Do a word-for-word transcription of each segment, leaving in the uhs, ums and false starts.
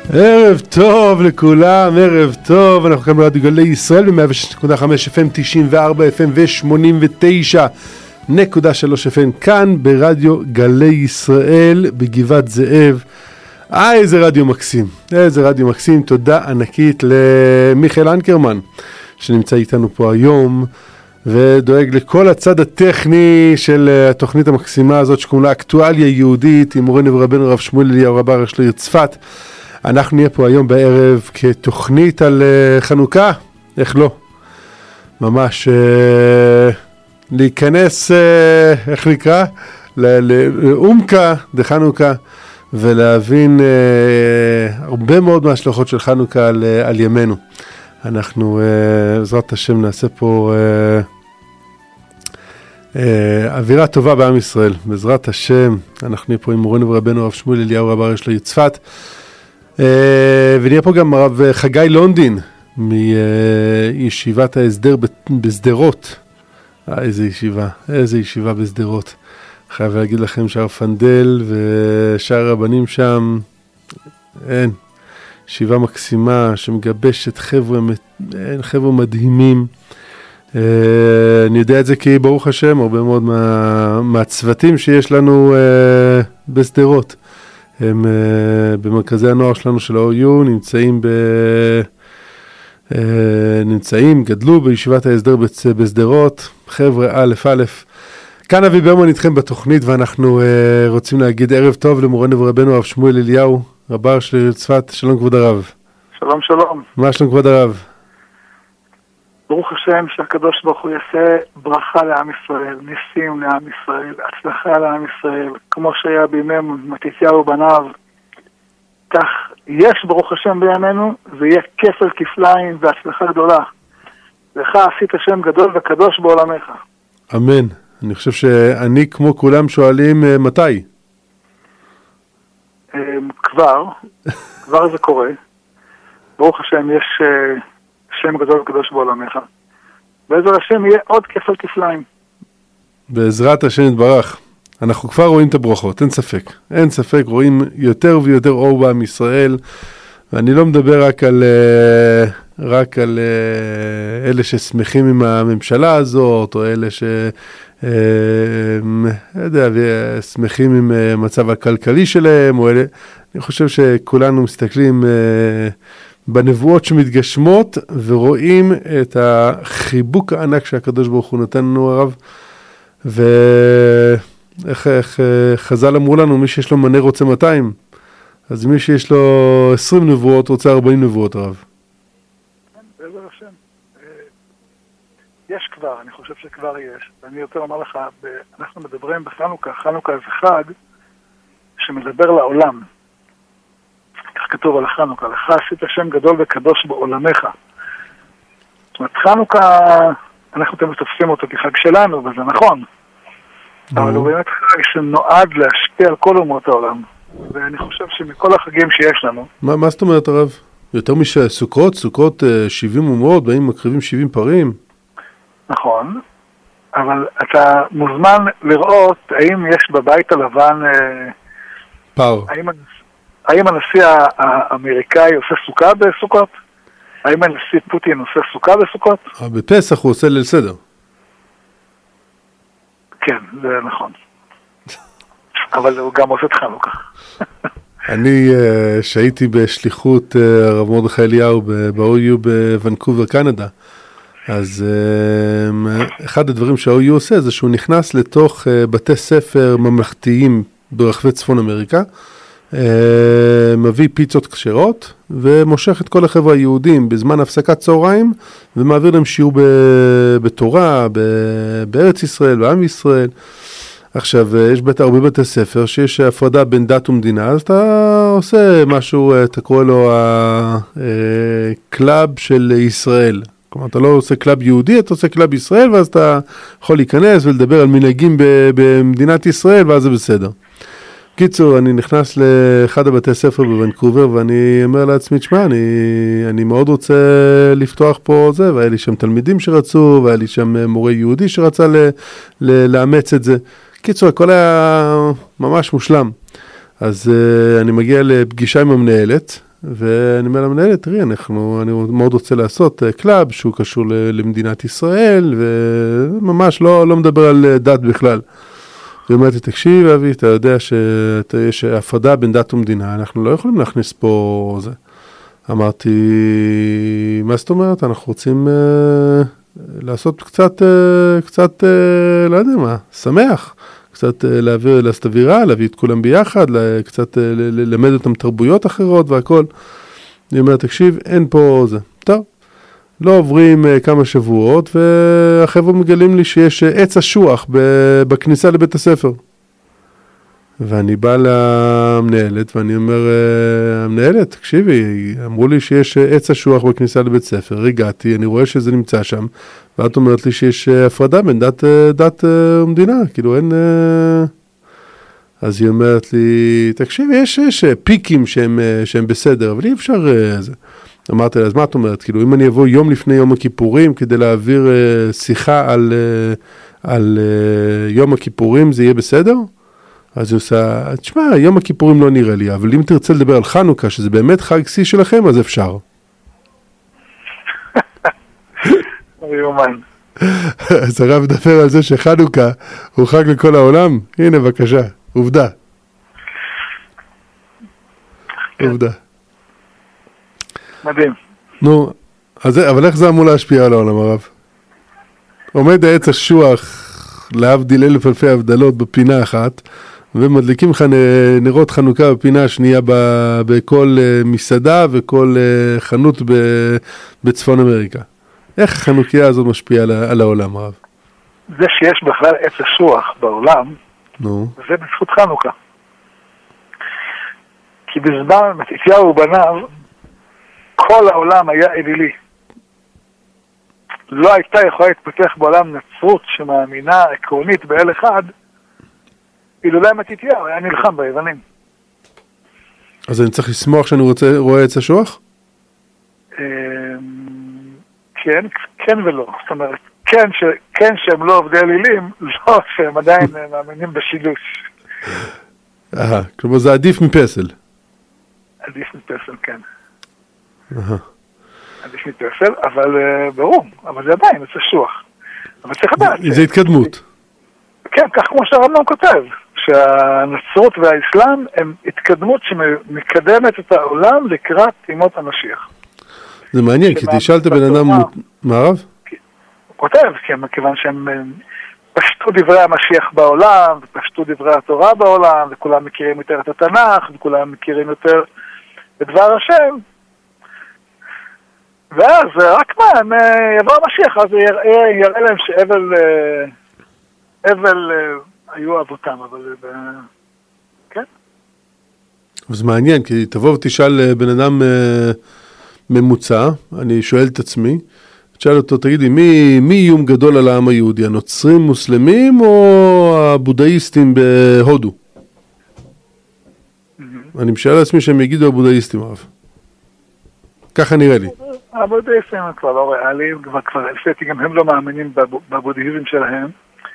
ערב טוב לכולם, ערב טוב, אנחנו כאן ברדיו גלי ישראל ב-מאה ושש נקודה חמש אף אם, תשעים וארבע אף אם ו-שמונים ותשע נקודה שלוש אף אם, כאן ברדיו גלי ישראל בגבעת זאב. אה, איזה רדיו מקסים, איזה רדיו מקסים, תודה ענקית למיכאל אנקרמן שנמצא איתנו פה היום ודואג לכל הצד הטכני של התוכנית המקסימה הזאת שקוראים לה אקטואליה יהודית עם מורנו ורבנו רב שמואל אליהו רב הראשי לעיר צפת. אנחנו נהיה פה היום בערב כתוכנית על uh, חנוכה, איך לא? ממש uh, להיכנס, uh, איך נקרא? לעומקה דחנוכה, ולהבין uh, הרבה מאוד מהשלכות של חנוכה על, uh, על ימינו. אנחנו, uh, בעזרת השם, נעשה פה uh, uh, אווירה טובה בעם ישראל. בעזרת השם, אנחנו נהיה פה עם מורנו ורבנו רב שמואל אליהו רב הראשי לעיר צפת. Uh, ונהיה פה גם הרב חגי לונדין מישיבת ההסדר בסדרות. אה, איזה ישיבה, איזה ישיבה בסדרות. חייב להגיד לכם שהרב פנדל ושאר הרבנים שם, אין, ישיבה מקסימה שמגבשת חבר'ה, חבר'ה מדהימים. Uh, אני יודע את זה כי ברוך השם, הרבה מאוד מה, מהצוותים שיש לנו uh, בסדרות. הם uh, במרכזי הנוער שלנו של ה-או יו נמצאים, ב, uh, נמצאים, גדלו בישיבת ההסדר בסדרות, חבר'ה א' א'. כאן אבי ברמן איתכם בתוכנית ואנחנו uh, רוצים להגיד ערב טוב למורנו ורבנו הרב שמואל אליהו, רבה של צפת. שלום כבוד הרב. שלום שלום. מה שלום כבוד הרב? ברוך השם שהקדוש ברוך הוא יעשה ברכה לעם ישראל, ניסים לעם ישראל, הצלחה לעם ישראל, כמו שהיה בימי מתתיהו בניו, כך יש ברוך השם בימינו, ויהיה כפל כפליים והצלחה גדולה. לך עשית שם גדול וקדוש בעולמך. אמן. אני חושב שאני כמו כולם שואלים מתי? כבר, כבר זה קורה. ברוך השם יש שם גדול וקדוש בעולמך. בעזרת השם יהיה עוד כפל כפליים. בעזרת השם יתברך. אנחנו כבר רואים את הברכות, אין ספק. אין ספק, רואים יותר ויותר אור בעם ישראל. ואני לא מדבר רק על, רק על אלה ששמחים עם הממשלה הזאת, או אלה ש... לא יודע, שמחים עם מצב הכלכלי שלהם, או אלה... אני חושב שכולנו מסתכלים... בנבואות שמתגשמות ורואים את החיבוק הענק שהקדוש ברוך הוא נתן לנו הרב. ואיך איך, חז"ל אמרו לנו, מי שיש לו מנה רוצה מאתיים, אז מי שיש לו עשרים נבואות רוצה ארבעים נבואות הרב. בעזרת השם. יש כבר, אני חושב שכבר יש. אני יותר אומר לך, אנחנו מדברים בחנוכה, חנוכה זה חג שמדבר לעולם. כך כתוב על חנוכה, לך עשית שם גדול וקדוש בעולמך. זאת אומרת, חנוכה, אנחנו אתם תופסים אותו כחג שלנו, וזה נכון. אבל הוא באמת חג שנועד להשפיע על כל אומות העולם. ואני חושב שמכל החגים שיש לנו... מה, מה זאת אומרת הרב? יותר מסוכות? סוכות שבעים אומות, באים מקריבים שבעים פרים? נכון. אבל אתה מוזמן לראות האם יש בבית הלבן... פר. האם... האם הנשיא האמריקאי עושה סוכה בסוכות? האם הנשיא פוטין עושה סוכה בסוכות? בפסח הוא עושה ליל סדר. כן, זה נכון. אבל הוא גם עושה את חנוכה. אני שהייתי בשליחות הרב מרדכי אליהו ב-או יו בוונקובר, קנדה. אז אחד הדברים שה-או יו עושה זה שהוא נכנס לתוך בתי ספר ממלכתיים ברחבי צפון אמריקה, מביא פיצות כשרות ומושך את כל החבר'ה היהודים בזמן הפסקת צהריים ומעביר להם שיעור בתורה, בארץ ישראל, בעם ישראל. עכשיו, יש בית, הרבה בתי ספר שיש הפרדה בין דת ומדינה, אז אתה עושה משהו, אתה קורא לו הקלאב של ישראל. כלומר, אתה לא עושה קלאב יהודי, אתה עושה קלאב ישראל, ואז אתה יכול להיכנס ולדבר על מנהגים במדינת ישראל, ואז זה בסדר. קיצור, אני נכנס לאחד הבתי ספר בוונקובר, ואני אומר לעצמי, תשמע, אני, אני מאוד רוצה לפתוח פה זה, והיה לי שם תלמידים שרצו, והיה לי שם מורה יהודי שרצה ל, ל, לאמץ את זה. קיצור, הכל היה ממש מושלם. אז uh, אני מגיע לפגישה עם המנהלת, ואני אומר למנהלת, תראי, אנחנו, אני מאוד רוצה לעשות קלאב שהוא קשור למדינת ישראל, וממש לא, לא מדבר על דת בכלל. היא אומרת לי, תקשיב, אבי, אתה יודע שיש הפרדה בין דת ומדינה, אנחנו לא יכולים להכניס פה זה. אמרתי, מה זאת אומרת? אנחנו רוצים uh, לעשות קצת, uh, קצת, uh, לא יודע מה, שמח. קצת uh, להעביר, לעשות אווירה, להביא את כולם ביחד, קצת uh, ללמד אותם תרבויות אחרות והכל. היא אומרת, תקשיב, אין פה זה. טוב. לא עוברים uh, כמה שבועות, והחבר'ה מגלים לי שיש uh, עץ אשוח בכניסה לבית הספר. ואני בא למנהלת, ואני אומר, uh, המנהלת, תקשיבי, אמרו לי שיש uh, עץ אשוח בכניסה לבית ספר, הגעתי, אני רואה שזה נמצא שם, ואת אומרת לי שיש uh, הפרדה בין דת, uh, דת uh, ומדינה, כאילו אין... Uh... אז היא אומרת לי, תקשיבי, יש, יש uh, פיקים שהם, uh, שהם בסדר, אבל אי אפשר... Uh, זה. אמרתי לה, אז מה את אומרת? כאילו, אם אני אבוא יום לפני יום הכיפורים, כדי להעביר uh, שיחה על, uh, על uh, יום הכיפורים, זה יהיה בסדר? אז היא עושה, תשמע, יום הכיפורים לא נראה לי, אבל אם תרצה לדבר על חנוכה, שזה באמת חג שיא שלכם, אז אפשר. יומן. אז הרב מדבר על זה שחנוכה הוא חג לכל העולם? הנה, בבקשה, עובדה. עובדה. מדהים. נו, אז, אבל איך זה אמור להשפיע על העולם, הרב? עומד העץ אשוח, להבדיל אלף אלפי הבדלות בפינה אחת, ומדליקים לך נרות חנוכה בפינה השנייה בכל מסעדה וכל חנות בצפון אמריקה. איך החנוכיה הזאת משפיעה על העולם, הרב? זה שיש בכלל עץ אשוח בעולם, נו. זה בזכות חנוכה. כי בזמן מתתיהו ובניו, כל העולם היה אלילי. לא הייתה יכולה להתפתח בעולם נצרות שמאמינה עקרונית באל אחד, אילולא מתתיהו, היה נלחם ביוונים. אז אני צריך לשמוח שאני רוצה, רואה עץ אשוח? כן, כן ולא. זאת אומרת, כן, ש, כן שהם לא עובדי אלילים, לא שהם עדיין מאמינים בשילוש. אהה, כלומר זה עדיף מפסל. עדיף מפסל, כן. אהה. עדיף מפסל, אבל ברור, אבל זה עדיין עץ אשוח. אבל צריך לדעת. זה התקדמות. כן, כך כמו שהרמב"ם כותב, שהנצרות והאסלאם הם התקדמות שמקדמת את העולם לקראת ימות המשיח. זה מעניין, כי תשאל את הבן אדם מערב? הוא כותב, כיוון שהם פשטו דברי המשיח בעולם, ופשטו דברי התורה בעולם, וכולם מכירים יותר את התנ"ך, וכולם מכירים יותר את דבר השם. ואז רק מה, הם יבוא המשיח, אז יראה להם שאבל... אבל היו אבותם, אבל כן. זה מעניין, כי תבוא ותשאל בן אדם ממוצע, אני שואל את עצמי, תשאל אותו, תגיד לי, מי, מי איום גדול על העם היהודי, הנוצרים מוסלמים או הבודהיסטים בהודו? Mm-hmm. אני משאל לעצמי שהם יגידו הבודהיסטים, הרב. ככה נראה לי. הבודהיסטים הם כבר לא ריאליים, כבר כבר אלפתי, גם הם לא מאמינים בבודהיזם שלהם.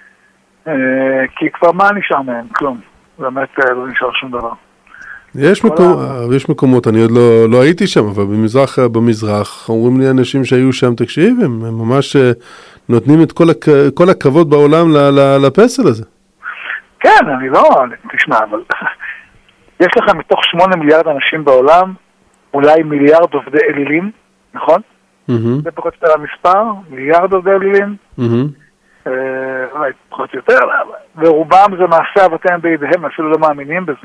כי כבר מה נשאר מהם? כלום. באמת לא נשאר שום דבר. יש, מקום, יש מקומות, אני עוד לא, לא הייתי שם, אבל במזרח, במזרח, אומרים לי אנשים שהיו שם, תקשיב, הם, הם ממש נותנים את כל, הק, כל הכבוד בעולם ל, ל, לפסל הזה. כן, אני לא, תשמע, אבל יש לך מתוך שמונה מיליארד אנשים בעולם, אולי מיליארד עובדי אלילים, נכון? Mm-hmm. זה פחות יותר המספר, מיליארד עובדי אלילים. Mm-hmm. אולי פחות יותר, ורובם זה מעשה אבותיהם בידיהם, אפילו לא מאמינים בזה.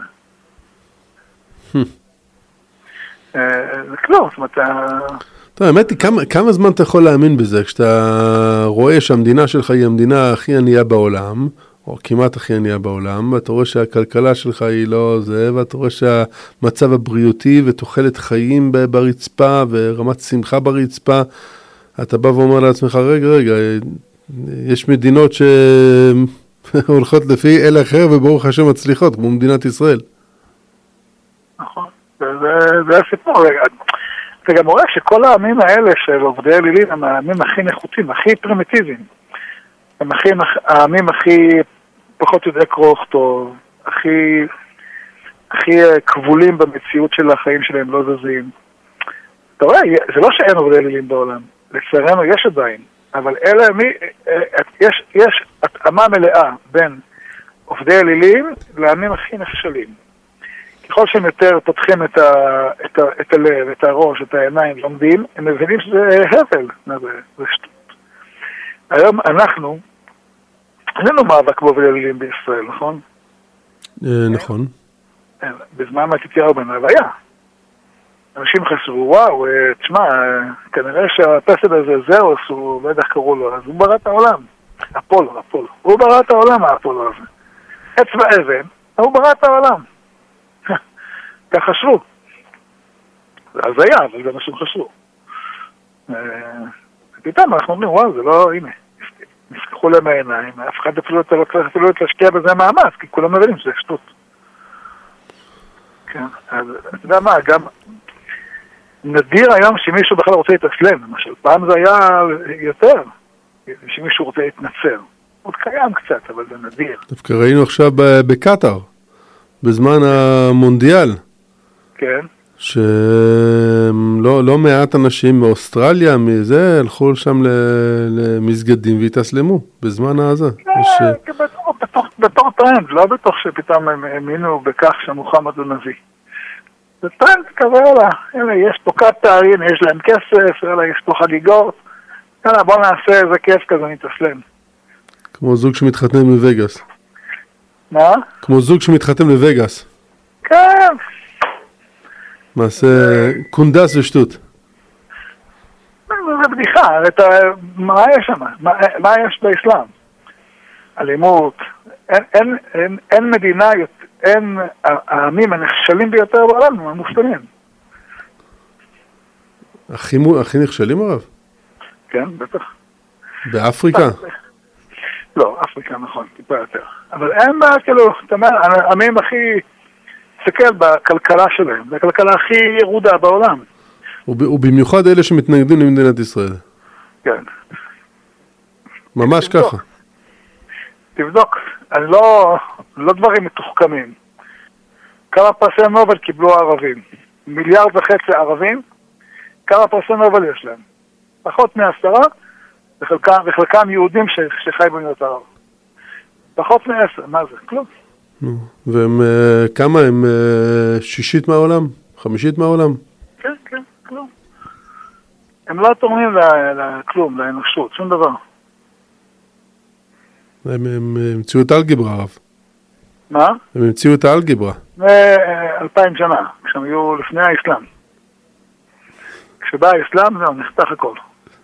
זה כלום, זאת אומרת... טוב, האמת היא, כמה זמן אתה יכול להאמין בזה, כשאתה רואה שהמדינה שלך היא המדינה הכי ענייה בעולם, או כמעט הכי ענייה בעולם, ואתה רואה שהכלכלה שלך היא לא זה, ואתה רואה שהמצב הבריאותי ותוחלת חיים ברצפה, ורמת שמחה ברצפה, אתה בא ואומר לעצמך, רגע, רגע, יש מדינות שהולכות לפי אל אחר וברוך השם מצליחות, כמו מדינת ישראל. נכון, זה הסיפור. זה גם רואה שכל העמים האלה של עובדי אלילים הם העמים הכי נחותים, הכי פרימיטיביים. הם העמים הכי פחות יודעי קרוא וכתוב, הכי הכי כבולים במציאות של החיים שלהם, לא זזים. אתה רואה, זה לא שאין עובדי אלילים בעולם, לצערנו יש עדיין, אבל אלה, מי, יש, יש התאמה מלאה בין עובדי אלילים לעמים הכי נחשלים. ככל שהם יותר פותחים את, ה, את, ה, את הלב, את הראש, את העיניים, לומדים, הם מבינים שזה הבל, זה, זה שטות. היום אנחנו, אין לנו מאבק בעובדי אלילים בישראל, נכון? נכון. בזמן מתתיהו בן הוויה. אנשים חשבו, וואו, תשמע, כנראה שהפסל הזה זהו, הוא לא יודע איך קראו לו, אז הוא ברא את העולם. אפולו, אפולו. הוא ברא את העולם, האפולו הזה. אצבע אבן, הוא ברא את העולם. כך חשבו. אז היה, אבל זה מה שהם חשבו. פתאום אנחנו אומרים, וואו, זה לא, הנה, נפקחו להם העיניים, אף אחד אפילו לא צריך אפילו להשקיע בזה מאמץ, כי כולם מבינים שזה שטות. כן, אז אתה יודע מה, גם נדיר היום שמישהו בכלל רוצה להתאסלם, למשל. פעם זה היה יותר, שמישהו רוצה להתנצר. עוד קיים קצת, אבל זה נדיר. דווקא ראינו עכשיו בקטר, בזמן המונדיאל. כן. שלא לא מעט אנשים מאוסטרליה, מזה, הלכו שם למסגדים והתאסלמו, בזמן הזה. כן, בתור טרנד, לא בתוך שפתאום הם האמינו בכך שמוחמד הוא נביא. זה טרנד כזה, הנה, יש פה קטר, הנה, יש להם כסף, הנה, יש פה חגיגות, הנה, בוא נעשה איזה כיף כזה, נתאסלם. כמו זוג שמתחתן בווגאס. מה? כמו זוג שמתחתן בווגאס. כן. מעשה קונדס ושטות. זה בדיחה, מה יש שם? מה יש באסלאם? אלימות. אין מדינה, אין העמים הנחשלים ביותר בעולם, הם מוסלמים. הכי נחשלים הרב? כן, בטח. באפריקה? לא, אפריקה נכון, טיפה יותר. אבל אין בה, כאילו, אתה אומר, העמים הכי... תסתכל בכלכלה שלהם, זה הכלכלה הכי ירודה בעולם. ובמיוחד אלה שמתנגדים למדינת ישראל. כן. ממש ככה. תבדוק, אני לא, לא דברים מתוחכמים. כמה פרסי נובל קיבלו הערבים? מיליארד וחצי ערבים? כמה פרסי נובל יש להם? פחות מעשרה, וחלקם, וחלקם יהודים שחי במדינות ערב. פחות מעשר, מה זה? כלום. והם, כמה הם? שישית מהעולם? חמישית מהעולם? כן, כן, כלום. הם לא תורמים לכלום, לאנושות, שום דבר. הם המציאו את האלגברה, הרב. מה? הם המציאו את האלגברה. אלפיים שנה, כשהם היו לפני האסלאם. כשבא האסלאם, זהו, נחתך הכל.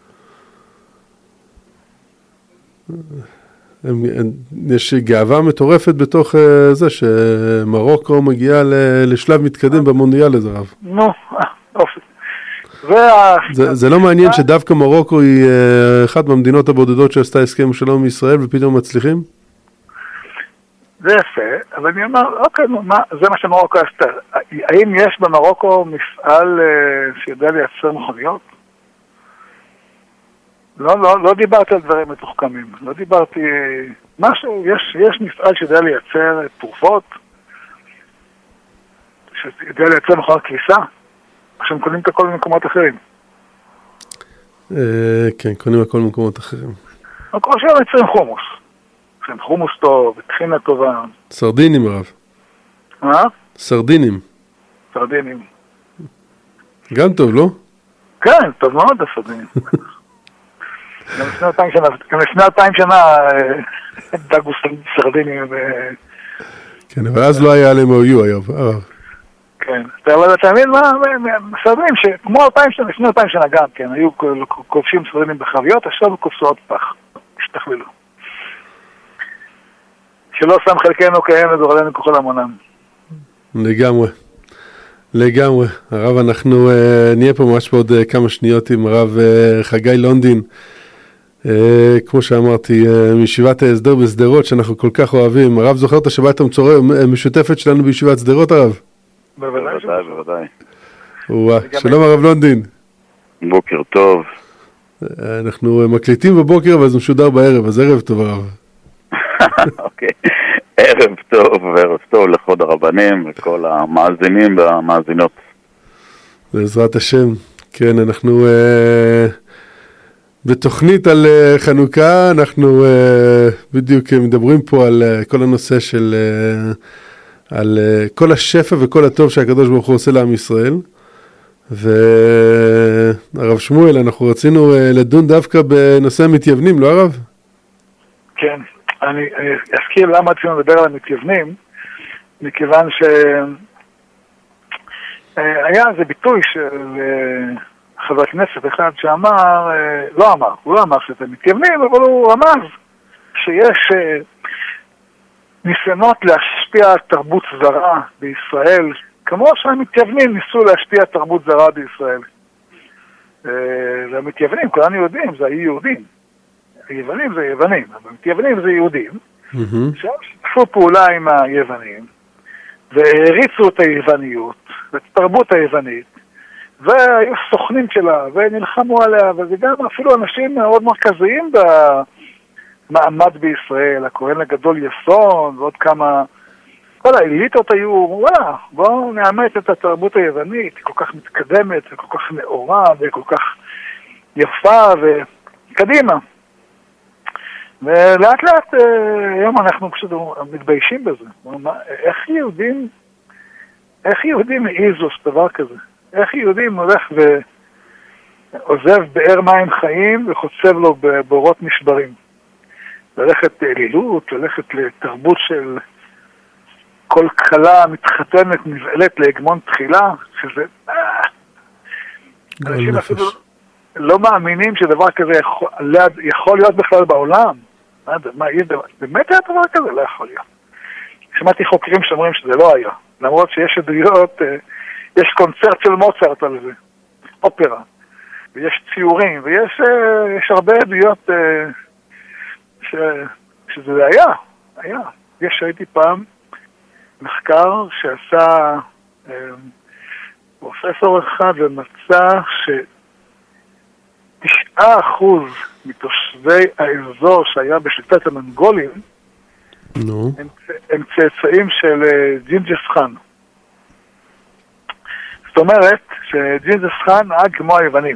יש גאווה מטורפת בתוך זה שמרוקו מגיעה לשלב מתקדם במונדיאל הזה, רב. נו, אופי. זה לא מעניין שדווקא מרוקו היא אחת מהמדינות הבודדות שעשתה הסכם שלום עם ישראל ופתאום מצליחים? זה יפה, אבל אני אומר, אוקיי, זה מה שמרוקו עשתה. האם יש במרוקו מפעל שיודע לייצר מכוניות? לא, לא, לא דיברתי על דברים מתוחכמים, לא דיברתי משהו, יש, יש מפעל שיודע לייצר תרופות, שיודע לייצר מכונת כביסה, עכשיו הם קונים את הכל במקומות אחרים. כן, קונים הכל במקומות אחרים. או שהם מייצרים חומוס, שהם חומוס טוב, טחינה טובה. סרדינים הרב. מה? סרדינים. סרדינים. גם טוב, לא? כן, טוב מאוד הסרדינים. גם לפני אלפיים שנה דגו סרדינים. כן, אבל אז לא היה עליהם אויו היום. כן, אבל אתה מבין מה? סרדינים שכמו אלפיים שנה, לפני אלפיים שנה גם, כן, היו כובשים סרדינים בחביות, עכשיו כובסו עוד פח, השתכללו. שלא שם חלקנו קיים ודורלנו ככל המונם. לגמרי. לגמרי. הרב, אנחנו נהיה פה ממש בעוד כמה שניות עם הרב חגי לונדין. כמו שאמרתי, מישיבת ההסדר בסדרות שאנחנו כל כך אוהבים. הרב זוכר את השבת המשותפת שלנו בישיבת סדרות, הרב? בוודאי, בוודאי. שלום הרב לונדין. בוקר טוב. אנחנו מקליטים בבוקר אבל זה משודר בערב, אז ערב טוב הרב. אוקיי. ערב טוב, ערב טוב לכל הרבנים וכל המאזינים והמאזינות. בעזרת השם. כן, אנחנו אה, בתוכנית על אה, חנוכה, אנחנו אה, בדיוק מדברים פה על אה, כל הנושא של, אה, על אה, כל השפע וכל הטוב שהקדוש ברוך הוא עושה לעם ישראל. והרב שמואל, אנחנו רצינו אה, לדון דווקא בנושא המתייוונים, לא הרב? כן, אני, אני אזכיר למה רצינו לדבר על המתייוונים, מכיוון ש... היה איזה ביטוי של חבר כנסת אחד שאמר, לא אמר, הוא לא אמר שאתם מתייוונים, אבל הוא רמז שיש ניסיונות להשפיע תרבות זרה בישראל, כמו שהמתייוונים ניסו להשפיע תרבות זרה בישראל. והמתייוונים, כולנו יודעים, זה היו יהודים. היוונים זה יוונים, אבל המתייוונים זה יהודים, שהם שיתפו פעולה עם היוונים, והריצו את היווניות, ואת התרבות היוונית, והיו סוכנים שלה, ונלחמו עליה, וזה גם אפילו אנשים מאוד מרכזיים במעמד בישראל, הכהן הגדול יסון, ועוד כמה, כל האליטות היו, וואלה, בואו נאמץ את התרבות היוונית, היא כל כך מתקדמת, וכל כך נאורה, וכל כך יפה, וקדימה. ולאט לאט, היום אנחנו פשוט מתביישים בזה. איך יהודים, איך יהודים העיזו דבר כזה? איך יהודים הולך ועוזב באר מים חיים וחוצב לו בבורות נשברים? ללכת לאלילות, ללכת לתרבות של כל כלה מתחתנת, נבעלת להגמון תחילה, שזה... אנשים אפילו לא מאמינים שדבר כזה יכול, יכול להיות בכלל בעולם. מה, מה, באמת היה דבר כזה? לא יכול להיות. שמעתי חוקרים שאומרים שזה לא היה. למרות שיש עדויות, יש קונצרט של מוצרט על זה, אופרה, ויש ציורים, ויש יש הרבה עדויות ש, שזה היה, היה. יש שהייתי פעם מחקר שעשה פרופסור אחד ומצא ש... תשעה אחוז מתושבי האזור שהיה בשליטת המונגולים no. הם, הם צאצאים של ג'ינג'ס חאן. זאת אומרת שג'ינג'ס חאן נהג כמו היוונים.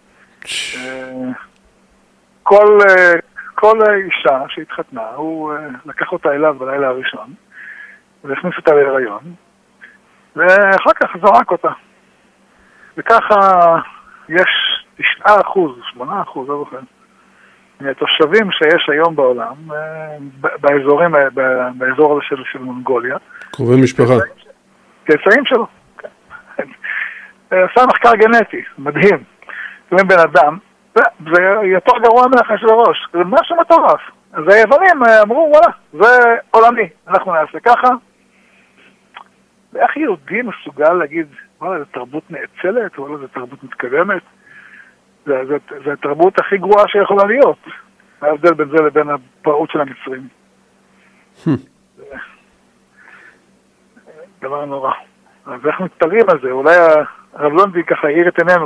כל, כל אישה שהתחתנה, הוא לקח אותה אליו בלילה הראשון והכניס אותה להיריון ואחר כך זרק אותה. וככה יש תשעה אחוז, שמונה אחוז, לא זוכר, מהתושבים שיש היום בעולם, באזורים, באזור הזה של, של מונגוליה. קרובי משפחה. צאצאים שלו. עשה מחקר גנטי, מדהים. זה בן אדם, זה יותר גרוע מאחשוורוש, זה משהו מטורף. אז היוונים אמרו, וואלה, זה עולמי, אנחנו נעשה ככה. ואיך יהודי מסוגל להגיד, וואלה, זה תרבות נאצלת, וואלה, זה תרבות מתקדמת? זה, זה, זה התרבות הכי גרועה שיכולה להיות. ההבדל בין זה לבין הפרעות של המצרים. דבר נורא. אז אנחנו מתפלאים על זה, אולי הרב לונדי ככה העיר את עינינו.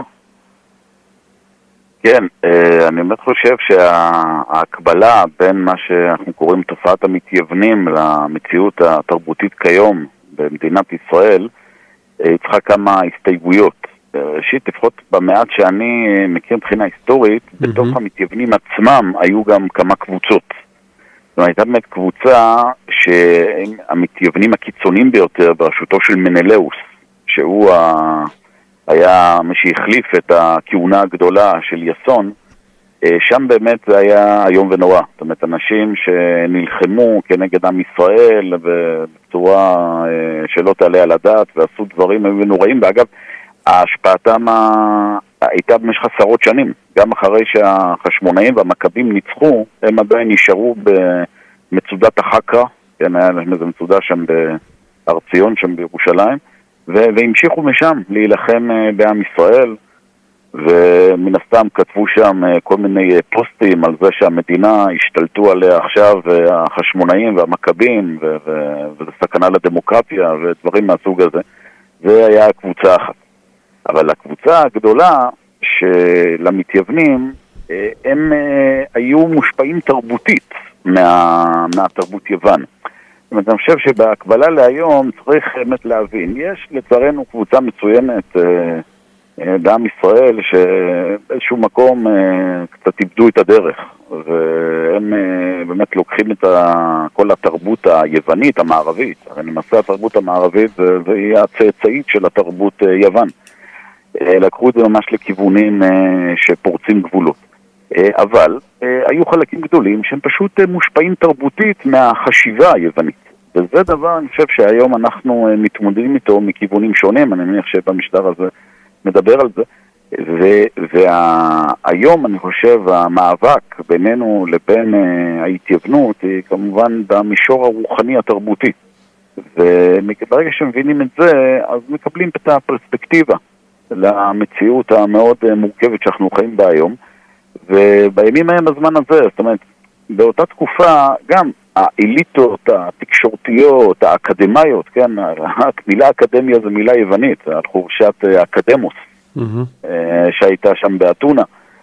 כן, אני באמת חושב שההקבלה בין מה שאנחנו קוראים תופעת המתייוונים למציאות התרבותית כיום במדינת ישראל, היא צריכה כמה הסתייגויות. ראשית, לפחות במעט שאני מכיר מבחינה היסטורית, mm-hmm. בתוך המתייוונים עצמם היו גם כמה קבוצות. זאת אומרת, הייתה באמת קבוצה שהמתייוונים הקיצוניים ביותר בראשותו של מנלאוס, שהוא ה... היה מי שהחליף את הכהונה הגדולה של יסון, שם באמת זה היה היום ונורא. זאת אומרת, אנשים שנלחמו כנגד עם ישראל בצורה שלא תעלה על הדעת, ועשו דברים היו נוראים, ואגב, ההשפעתם הייתה במשך עשרות שנים. גם אחרי שהחשמונאים והמכבים ניצחו, הם עדיין נשארו במצודת החקרא, כן, היה להם איזו מצודה שם בהר ציון, שם בירושלים, והמשיכו משם להילחם בעם ישראל, ומן הסתם כתבו שם כל מיני פוסטים על זה שהמדינה השתלטו עליה עכשיו החשמונאים והמכבים, וזה סכנה לדמוקרטיה ודברים מהסוג הזה. זה היה קבוצה אחת. אבל הקבוצה הגדולה של המתייוונים, הם היו מושפעים תרבותית מה, מהתרבות יוון. אני חושב שבהקבלה להיום צריך באמת להבין, יש לצערנו קבוצה מצוינת בעם ישראל שבאיזשהו מקום קצת איבדו את הדרך, והם באמת לוקחים את כל התרבות היוונית, המערבית, הרי למעשה התרבות המערבית זה היא הצאצאית של התרבות יוון, לקחו את זה ממש לכיוונים שפורצים גבולות. אבל היו חלקים גדולים שהם פשוט מושפעים תרבותית מהחשיבה היוונית. וזה דבר, אני חושב שהיום אנחנו מתמודדים איתו מכיוונים שונים, אני מניח שבמשדר הזה מדבר על זה. והיום אני חושב המאבק בינינו לבין ההתייוונות היא כמובן במישור הרוחני התרבותי. וברגע שמבינים את זה, אז מקבלים את הפרספקטיבה למציאות המאוד מורכבת שאנחנו חיים בה היום. ובימים ההם הזמן הזה, זאת אומרת, באותה תקופה גם האליטות, התקשורתיות, האקדמיות, כן, המילה אקדמיה זה מילה יוונית, על חורשת אקדמוס, mm-hmm. שהייתה שם באתונה.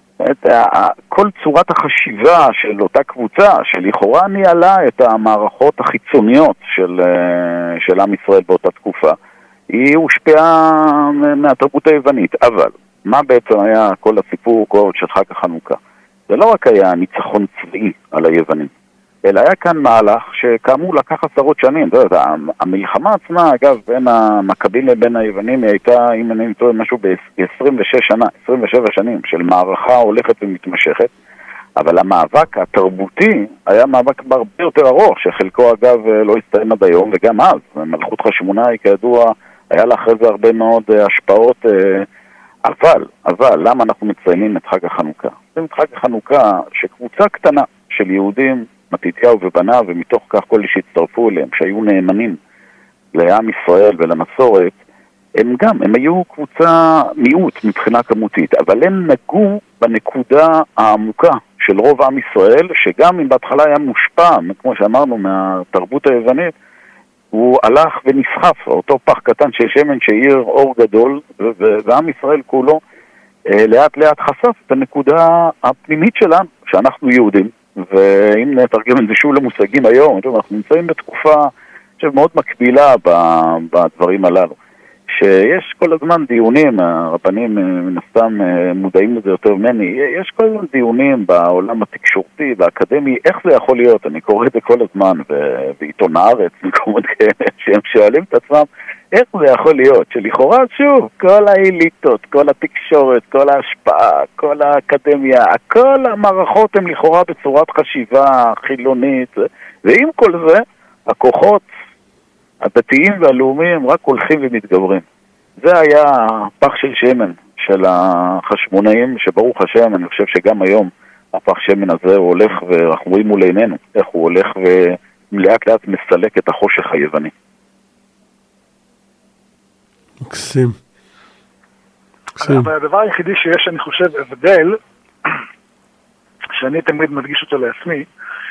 כל צורת החשיבה של אותה קבוצה, שלכאורה ניהלה את המערכות החיצוניות של, של עם ישראל באותה תקופה, היא הושפעה מהתרבות היוונית, אבל מה בעצם היה כל הסיפור כל של חג החנוכה? זה לא רק היה ניצחון צבאי על היוונים, אלא היה כאן מהלך שכאמור לקח עשרות שנים. זאת אומרת, המלחמה עצמה, אגב, בין המכבים לבין היוונים, היא הייתה, אם אני טועה, משהו ב-עשרים ושש שנה, עשרים ושבע שנים, של מערכה הולכת ומתמשכת, אבל המאבק התרבותי היה מאבק הרבה יותר ארוך, שחלקו אגב לא הסתיים עד היום, וגם אז, מלכות חשמונאי, כידוע, היה לה אחרי זה הרבה מאוד השפעות, אבל, אבל, למה אנחנו מציינים את חג החנוכה? זה את חג החנוכה שקבוצה קטנה של יהודים, מתתיהו ובניו, ומתוך כך כל שהצטרפו אליהם, שהיו נאמנים לעם ישראל ולמסורת, הם גם, הם היו קבוצה מיעוט מבחינה כמותית, אבל הם נגעו בנקודה העמוקה של רוב עם ישראל, שגם אם בהתחלה היה מושפע, כמו שאמרנו, מהתרבות היוונית, הוא הלך ונסחף, אותו פח קטן של שמן שהאיר אור גדול, ועם ישראל כולו לאט לאט חשף את הנקודה הפנימית שלנו, שאנחנו יהודים, ואם נתרגם את זה שוב למושגים היום, אנחנו נמצאים בתקופה שמאוד מקבילה בדברים הללו, שיש כל הזמן דיונים, הרבנים מן הסתם מודעים לזה יותר ממני, יש כל הזמן דיונים בעולם התקשורתי והאקדמי, איך זה יכול להיות, אני קורא את זה כל הזמן בעיתון הארץ, מקומות כאלה, שהם שואלים את עצמם, איך זה יכול להיות, שלכאורה שוב, כל האליטות, כל התקשורת, כל ההשפעה, כל האקדמיה, כל המערכות הן לכאורה בצורת חשיבה חילונית, ועם כל זה, הכוחות הדתיים והלאומיים רק הולכים ומתגברים. זה היה הפח של שמן של החשמונאים, שברוך השם, אני חושב שגם היום הפח שמן הזה הוא הולך, ואנחנו רואים מול עינינו, איך הוא הולך ולאט לאט מסלק את החושך היווני. מקסים. אבל הדבר היחידי שיש, אני חושב, הבדל, שאני תמיד מדגיש אותו לעצמי,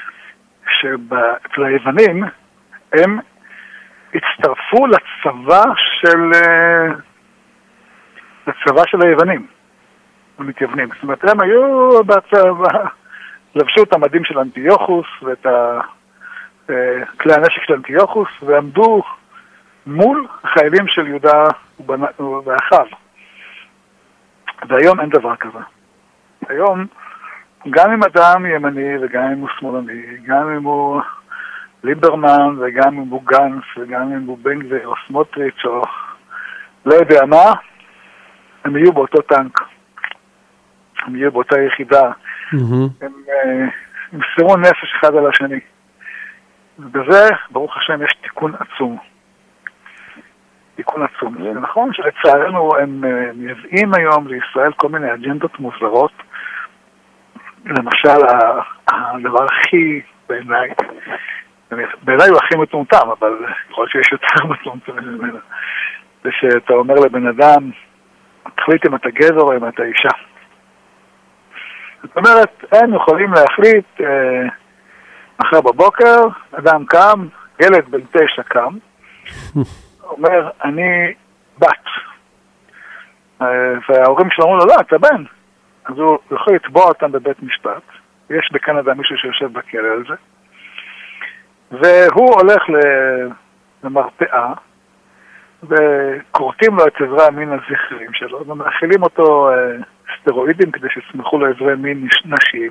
שאצל היוונים, הם הצטרפו לצבא של לצבא של היוונים, המתייוונים. זאת אומרת, הם היו בצבא, לבשו את המדים של אנטיוכוס ואת כלי הנשק של אנטיוכוס, ועמדו מול החיילים של יהודה ואחיו. והיום אין דבר כזה. היום, גם אם אדם ימני וגם אם הוא שמאלני, גם אם הוא ליברמן וגם אם הוא גנץ וגם אם הוא בן גביר או סמוטריץ' או לא יודע מה, הם יהיו באותו טנק. הם יהיו באותה יחידה. Mm-hmm. הם ימסרו נפש אחד על השני. ובזה, ברוך השם, יש תיקון עצום. תיקון עצום. זה נכון שלצערנו הם מייבאים היום לישראל כל מיני אג'נדות מוזרות. למשל, הדבר הכי בעיניי, בעיניי הוא הכי מטומטם, אבל יכול שיש יותר מטומטם ממנו. זה שאתה אומר לבן אדם, תחליט אם אתה גבר או אם אתה אישה. זאת אומרת, הם יכולים להחליט אה, אחר בבוקר, אדם קם, ילד בן תשע קם, אומר, אני בת. אה, וההורים שלו אמרו לו, לא, אתה בן. אז הוא יכול לתבוע אותם בבית משפט. יש בקנדה מישהו שיושב בכלא על זה. והוא הולך למרפאה, וקורטים לו את עברי המין הזכריים שלו, ומאכילים אותו סטרואידים כדי שיצמחו לו עברי מין נשיים,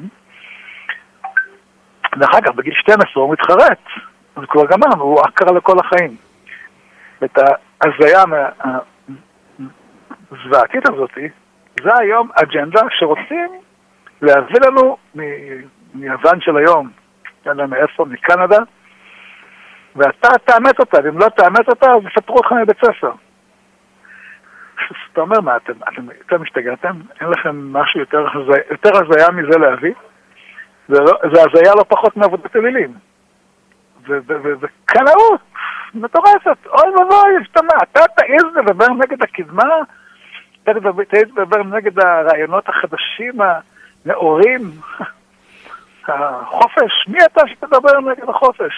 ואחר כך בגיל שתים עשרה הוא מתחרט, אז כבר גמר, הוא עקר לכל החיים. ואת ההזיה הזוועתית הזאת, זה היום אג'נדה שרוצים להביא לנו מיוון של היום, יאללה מאיפה, מקנדה, ואתה תאמץ אותה, ואם לא תאמץ אותה, אז יפטרו אותך מבית ספר. אתה אומר, מה, אתם, אתם יותר משתגעתם? אין לכם משהו יותר, יותר הזיה מזה להביא? זה, לא, זה הזיה לא פחות מעבודת אלילים. וקנאות, מטורסת, אוי ובוי, השתמה, אתה תעז לדבר נגד הקדמה, אתה תעז לדבר נגד הרעיונות החדשים, הנאורים, החופש, מי אתה שתדבר נגד החופש?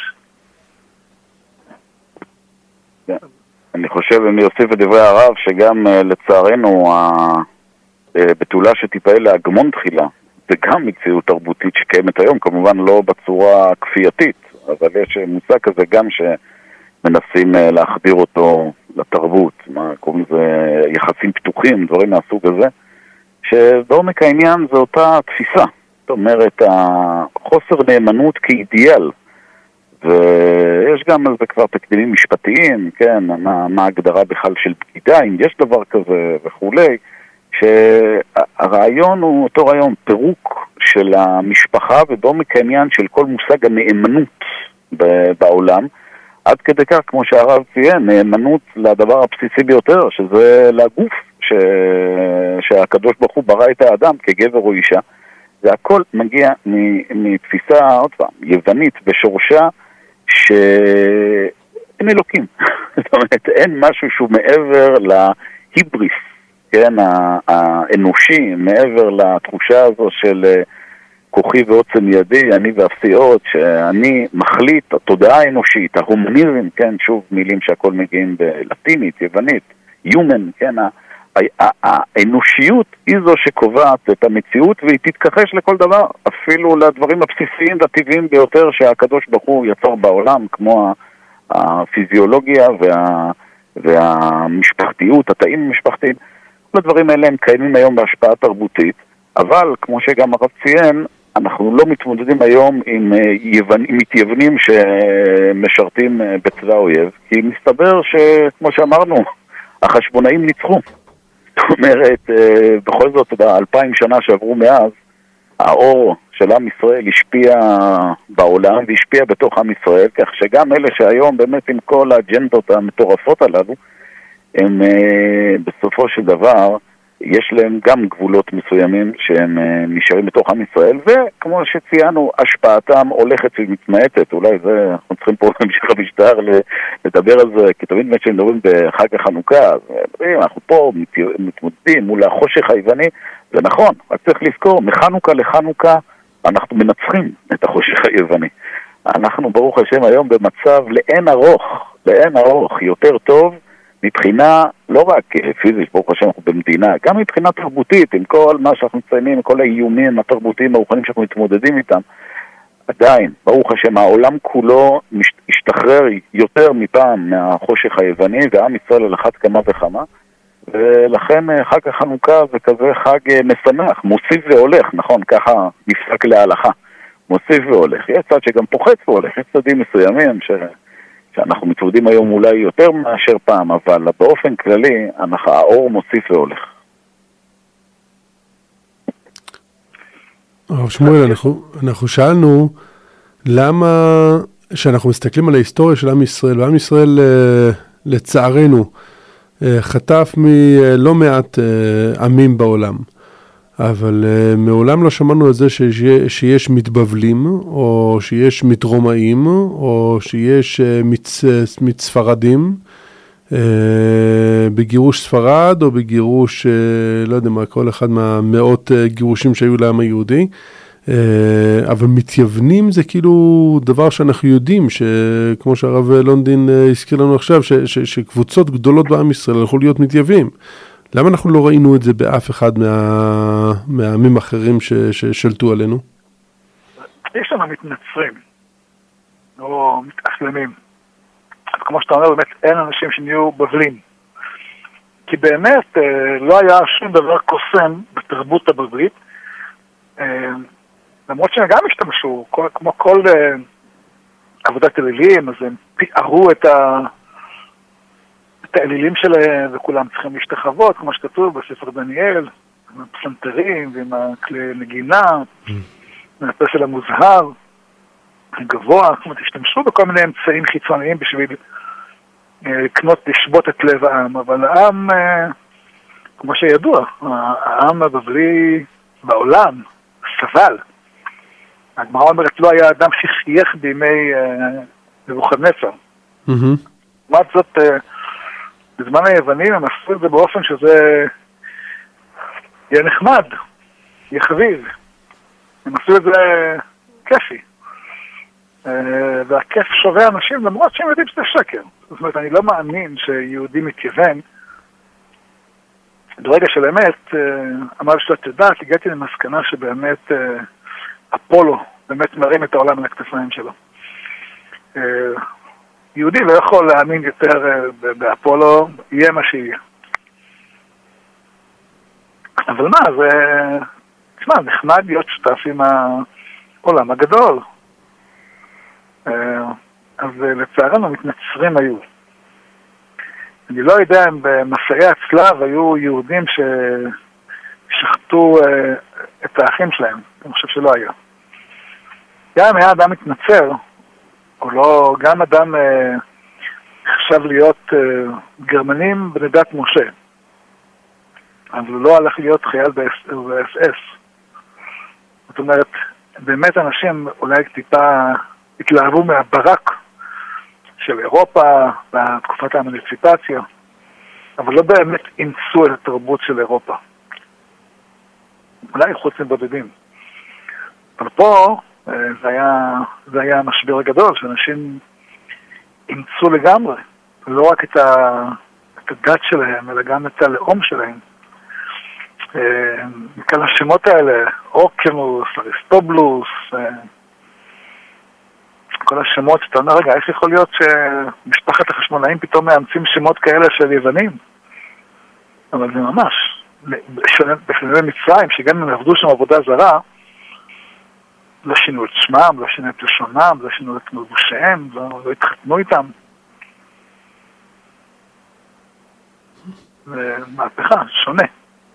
אני חושב, אני אוסיף את דברי הרב, שגם לצערנו, הבתולה שתיפעל להגמון תחילה, זה גם מציאות תרבותית שקיימת היום, כמובן לא בצורה כפייתית, אבל יש מושג כזה גם שמנסים להחדיר אותו לתרבות, מה קוראים לזה יחסים פתוחים, דברים מהסוג הזה, שבעומק העניין זה אותה תפיסה, זאת אומרת, החוסר נאמנות כאידיאל, ויש גם על זה כבר תקדימים משפטיים, כן, מה, מה ההגדרה בכלל של בגידה, אם יש דבר כזה וכולי, שהרעיון הוא אותו רעיון, פירוק של המשפחה ובעומק העניין של כל מושג הנאמנות בעולם, עד כדי כך, כמו שהרב ציין, נאמנות לדבר הבסיסי ביותר, שזה לגוף, ש... שהקדוש ברוך הוא ברא את האדם כגבר או אישה, והכל מגיע מתפיסה, עוד פעם, יוונית בשורשה, שאין אלוקים. זאת אומרת, אין משהו שהוא מעבר להיבריס, כן, האנושי, מעבר לתחושה הזו של כוחי ועוצם ידי, אני ואפסיות, שאני מחליט, התודעה האנושית, ההומניזם, כן, שוב מילים שהכל מגיעים בלטינית, יוונית, human, כן, האנושיות היא זו שקובעת את המציאות, והיא תתכחש לכל דבר, אפילו לדברים הבסיסיים והטבעיים ביותר שהקדוש ברוך הוא יצר בעולם, כמו הפיזיולוגיה וה, והמשפחתיות, התאים המשפחתיים. כל הדברים האלה הם קיימים היום בהשפעה תרבותית, אבל כמו שגם הרב ציין, אנחנו לא מתמודדים היום עם, יוון, עם מתייוונים שמשרתים בצבא אויב, כי מסתבר שכמו שאמרנו, החשבונאים ניצחו. זאת אומרת, בכל זאת, באלפיים שנה שעברו מאז, האור של עם ישראל השפיע בעולם והשפיע בתוך עם ישראל, כך שגם אלה שהיום באמת עם כל האג'נדות המטורפות הללו, הם בסופו של דבר, יש להם גם גבולות מסוימים שהם נשארים בתוך עם ישראל, וכמו שציינו, השפעתם הולכת ומתמעטת. אולי זה, אנחנו צריכים פה בהמשך המשטר לדבר על זה, כי תמיד כשמדברים בחג החנוכה, אז אנחנו פה מתמודדים מול החושך היווני, זה נכון, רק צריך לזכור, מחנוכה לחנוכה אנחנו מנצחים את החושך היווני. אנחנו ברוך השם היום במצב לאין ארוך, לאין ארוך, יותר טוב, מבחינה לא רק פיזית, ברוך השם אנחנו במדינה, גם מבחינה תרבותית, עם כל מה שאנחנו מציינים, כל האיומים התרבותיים הרוחניים שאנחנו מתמודדים איתם, עדיין, ברוך השם, העולם כולו השתחרר יותר מפעם מהחושך היווני, ועם ישראל על אחת כמה וכמה, ולכן חג החנוכה זה כזה חג משמח, מוסיף והולך, נכון, ככה נפסק להלכה, מוסיף והולך. יש צד שגם פוחת והולך, יש צדים מסוימים ש... שאנחנו מתמודדים היום אולי יותר מאשר פעם, אבל באופן כללי, האור מוסיף והולך. הרב שמואל, אנחנו, אנחנו שאלנו למה, שאנחנו מסתכלים על ההיסטוריה של עם ישראל, ועם ישראל לצערנו חטף מלא מעט עמים בעולם, אבל מעולם לא שמענו על זה שיש מתבבלים, או שיש מתרומאים, או שיש מצ, מצפרדים, בגירוש ספרד, או בגירוש, לא יודע מה, כל אחד מהמאות גירושים שהיו לעם היהודי, אבל מתייוונים זה כאילו דבר שאנחנו יודעים, שכמו שהרב לונדין הזכיר לנו עכשיו, ש, ש, שקבוצות גדולות בעם ישראל הלכו להיות מתייוונים. למה אנחנו לא ראינו את זה באף אחד מה... מהעמים האחרים ש... ששלטו עלינו? יש לנו מתנצרים. או מתאסלמים. אז כמו שאתה אומר, באמת אין אנשים שנהיו בבלים. כי באמת לא היה שום דבר קוסם בתרבות הבבלית, למרות שהם גם השתמשו, כמו כל עבודת אלילים, אז הם פיארו את ה... את האלילים שלהם, וכולם צריכים להשתחוות, כמו שכתוב בספר דניאל, עם הפסנתרים ועם הכלי נגינה, עם הפסל המוזהר, הגבוה, זאת אומרת, השתמשו בכל מיני אמצעים חיצוניים בשביל לקנות, לשבות את לב העם, אבל העם, כמו שידוע, העם הבבלי בעולם סבל. הגמרא אומרת, לא היה אדם שחייך בימי נבוכדנצר. לעומת זאת, בזמן היוונים הם עשו את זה באופן שזה יהיה נחמד, יהיה חביב. הם עשו את זה כיפי. והכיף שווה אנשים למרות שהם יודעים שזה שקר. זאת אומרת, אני לא מאמין שיהודי מתייוון. ברגע של אמת, אמר שאת יודעת, הגעתי למסקנה שבאמת אפולו באמת מרים את העולם על הכתפיים שלו. יהודי לא יכול להאמין יותר באפולו, יהיה מה שיהיה. אבל מה, זה... תשמע, נחמד להיות שותף עם העולם הגדול. אז לצערנו מתנצרים היו. אני לא יודע אם במסעי הצלב היו יהודים ששחטו את האחים שלהם. אני חושב שלא היה. גם היה אדם מתנצר, או לא, גם אדם אה, חשב להיות אה, גרמנים בני דת משה. אבל הוא לא הלך להיות חייל ב-אס אס. זאת אומרת, באמת אנשים אולי טיפה התלהבו מהברק של אירופה בתקופת האמנציפציה, אבל לא באמת אימצו את התרבות של אירופה. אולי חוץ מבודדים. אבל פה זה היה, זה היה המשבר הגדול, שאנשים אימצו לגמרי, לא רק את, ה, את הדת שלהם, אלא גם את הלאום שלהם. מכאן השמות האלה, אוקינוס, אריסטובלוס, כל השמות שאתה אומר, רגע, איך יכול להיות שמשפחת החשמונאים פתאום מאמצים שמות כאלה של יוונים? אבל זה ממש. בשביל מצרים, שגם הם עבדו שם עבודה זרה, לא שינו את שמם, לא שינו את לשונם, לא שינו את מלבושיהם, לא, לא התחתנו איתם. זה מהפכה, שונה.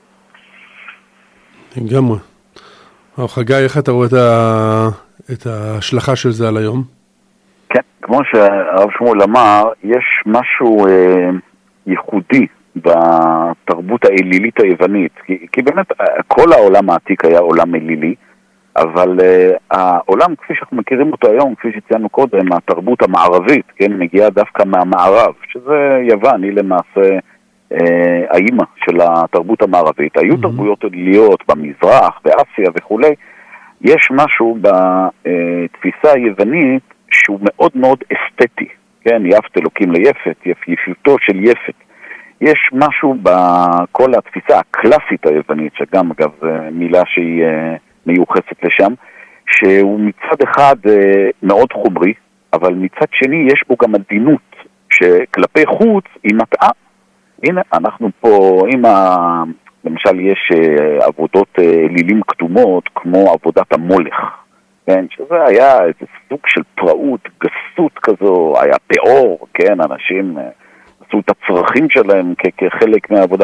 לגמרי. חגי, איך אתה רואה את, ה... את ההשלכה של זה על היום? כן, כמו שהרב שמואל אמר, יש משהו אה, ייחודי בתרבות האלילית היוונית, כי, כי באמת כל העולם העתיק היה עולם אלילי, אבל uh, העולם כפי שאנחנו מכירים אותו היום, כפי שציינו קודם, התרבות המערבית, כן, מגיעה דווקא מהמערב, שזה יוון, היא למעשה uh, האימא של התרבות המערבית. היו mm-hmm. תרבויות אליליות במזרח, באסיה וכו'. יש משהו בתפיסה היוונית שהוא מאוד מאוד אסתטי, כן, יפת אלוקים ליפת, יפיותו של יפת. יש משהו בכל התפיסה הקלאסית היוונית, שגם אגב מילה שהיא מיוחסת לשם, שהוא מצד אחד מאוד חומרי, אבל מצד שני יש בו גם עדינות, שכלפי חוץ היא מטעה. הנה, אנחנו פה, עם ה... למשל יש עבודות אלילים קדומות, כמו עבודת המולך, כן? שזה היה איזה סוג של פראות, גסות כזו, היה פאור, כן? אנשים עשו את הצרכים שלהם כחלק מהעבודה.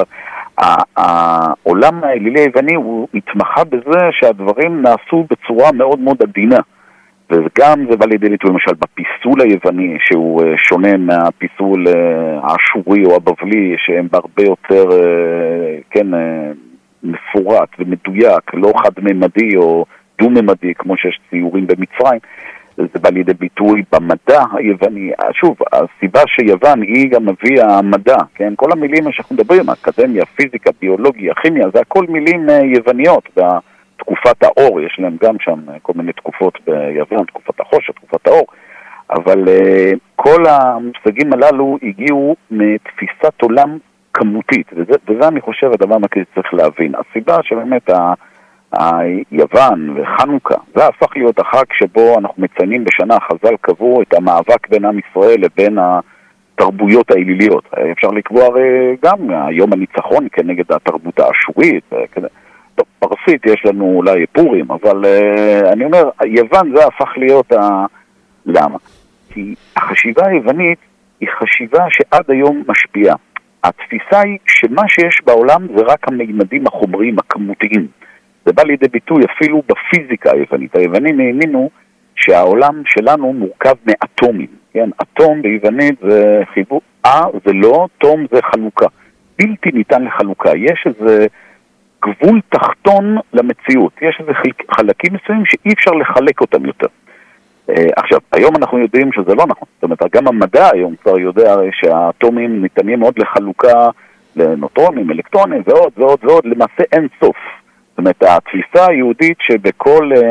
העולם האלילי היווני הוא התמחה בזה שהדברים נעשו בצורה מאוד מאוד עדינה, וגם זה בא לידי ביטוי למשל בפיסול היווני, שהוא שונה מהפיסול האשורי או הבבלי, שהם בהרבה יותר כן, מפורט ומדויק, לא חד-ממדי או דו-ממדי כמו שיש ציורים במצרים. זה בא לידי ביטוי במדע היווני. שוב, הסיבה שיוון היא גם מביאה המדע, כן? כל המילים שאנחנו מדברים, אקדמיה, פיזיקה, ביולוגיה, כימיה, זה הכל מילים יווניות. בתקופת האור, יש להם גם שם כל מיני תקופות ביוון, תקופת החושך, תקופת האור. אבל uh, כל המושגים הללו הגיעו מתפיסת עולם כמותית, וזה, וזה אני חושב הדבר מה צריך להבין. הסיבה שבאמת ה... יוון וחנוכה, זה הפך להיות החג שבו אנחנו מציינים בשנה, חז"ל קבעו את המאבק בין עם ישראל לבין התרבויות האליליות. אפשר לקבוע גם יום הניצחון כנגד התרבות האשורית, טוב, פרסית יש לנו אולי פורים, אבל אני אומר, יוון זה הפך להיות ה... למה? כי החשיבה היוונית היא חשיבה שעד היום משפיעה. התפיסה היא שמה שיש בעולם זה רק המימדים החומריים, הכמותיים. זה בא לידי ביטוי אפילו בפיזיקה היוונית. היוונים האמינו שהעולם שלנו מורכב מאטומים. כן? אטום ביוונית זה חיבור, אה זה לא, תום זה חלוקה. בלתי ניתן לחלוקה. יש איזה גבול תחתון למציאות. יש איזה חלקים מסוימים שאי אפשר לחלק אותם יותר. עכשיו, היום אנחנו יודעים שזה לא נכון. זאת אומרת, גם המדע היום כבר יודע שהאטומים ניתנים מאוד לחלוקה לנוטרונים, אלקטרונים ועוד ועוד ועוד, למעשה אין סוף. זאת אומרת, התפיסה היהודית שבכל uh,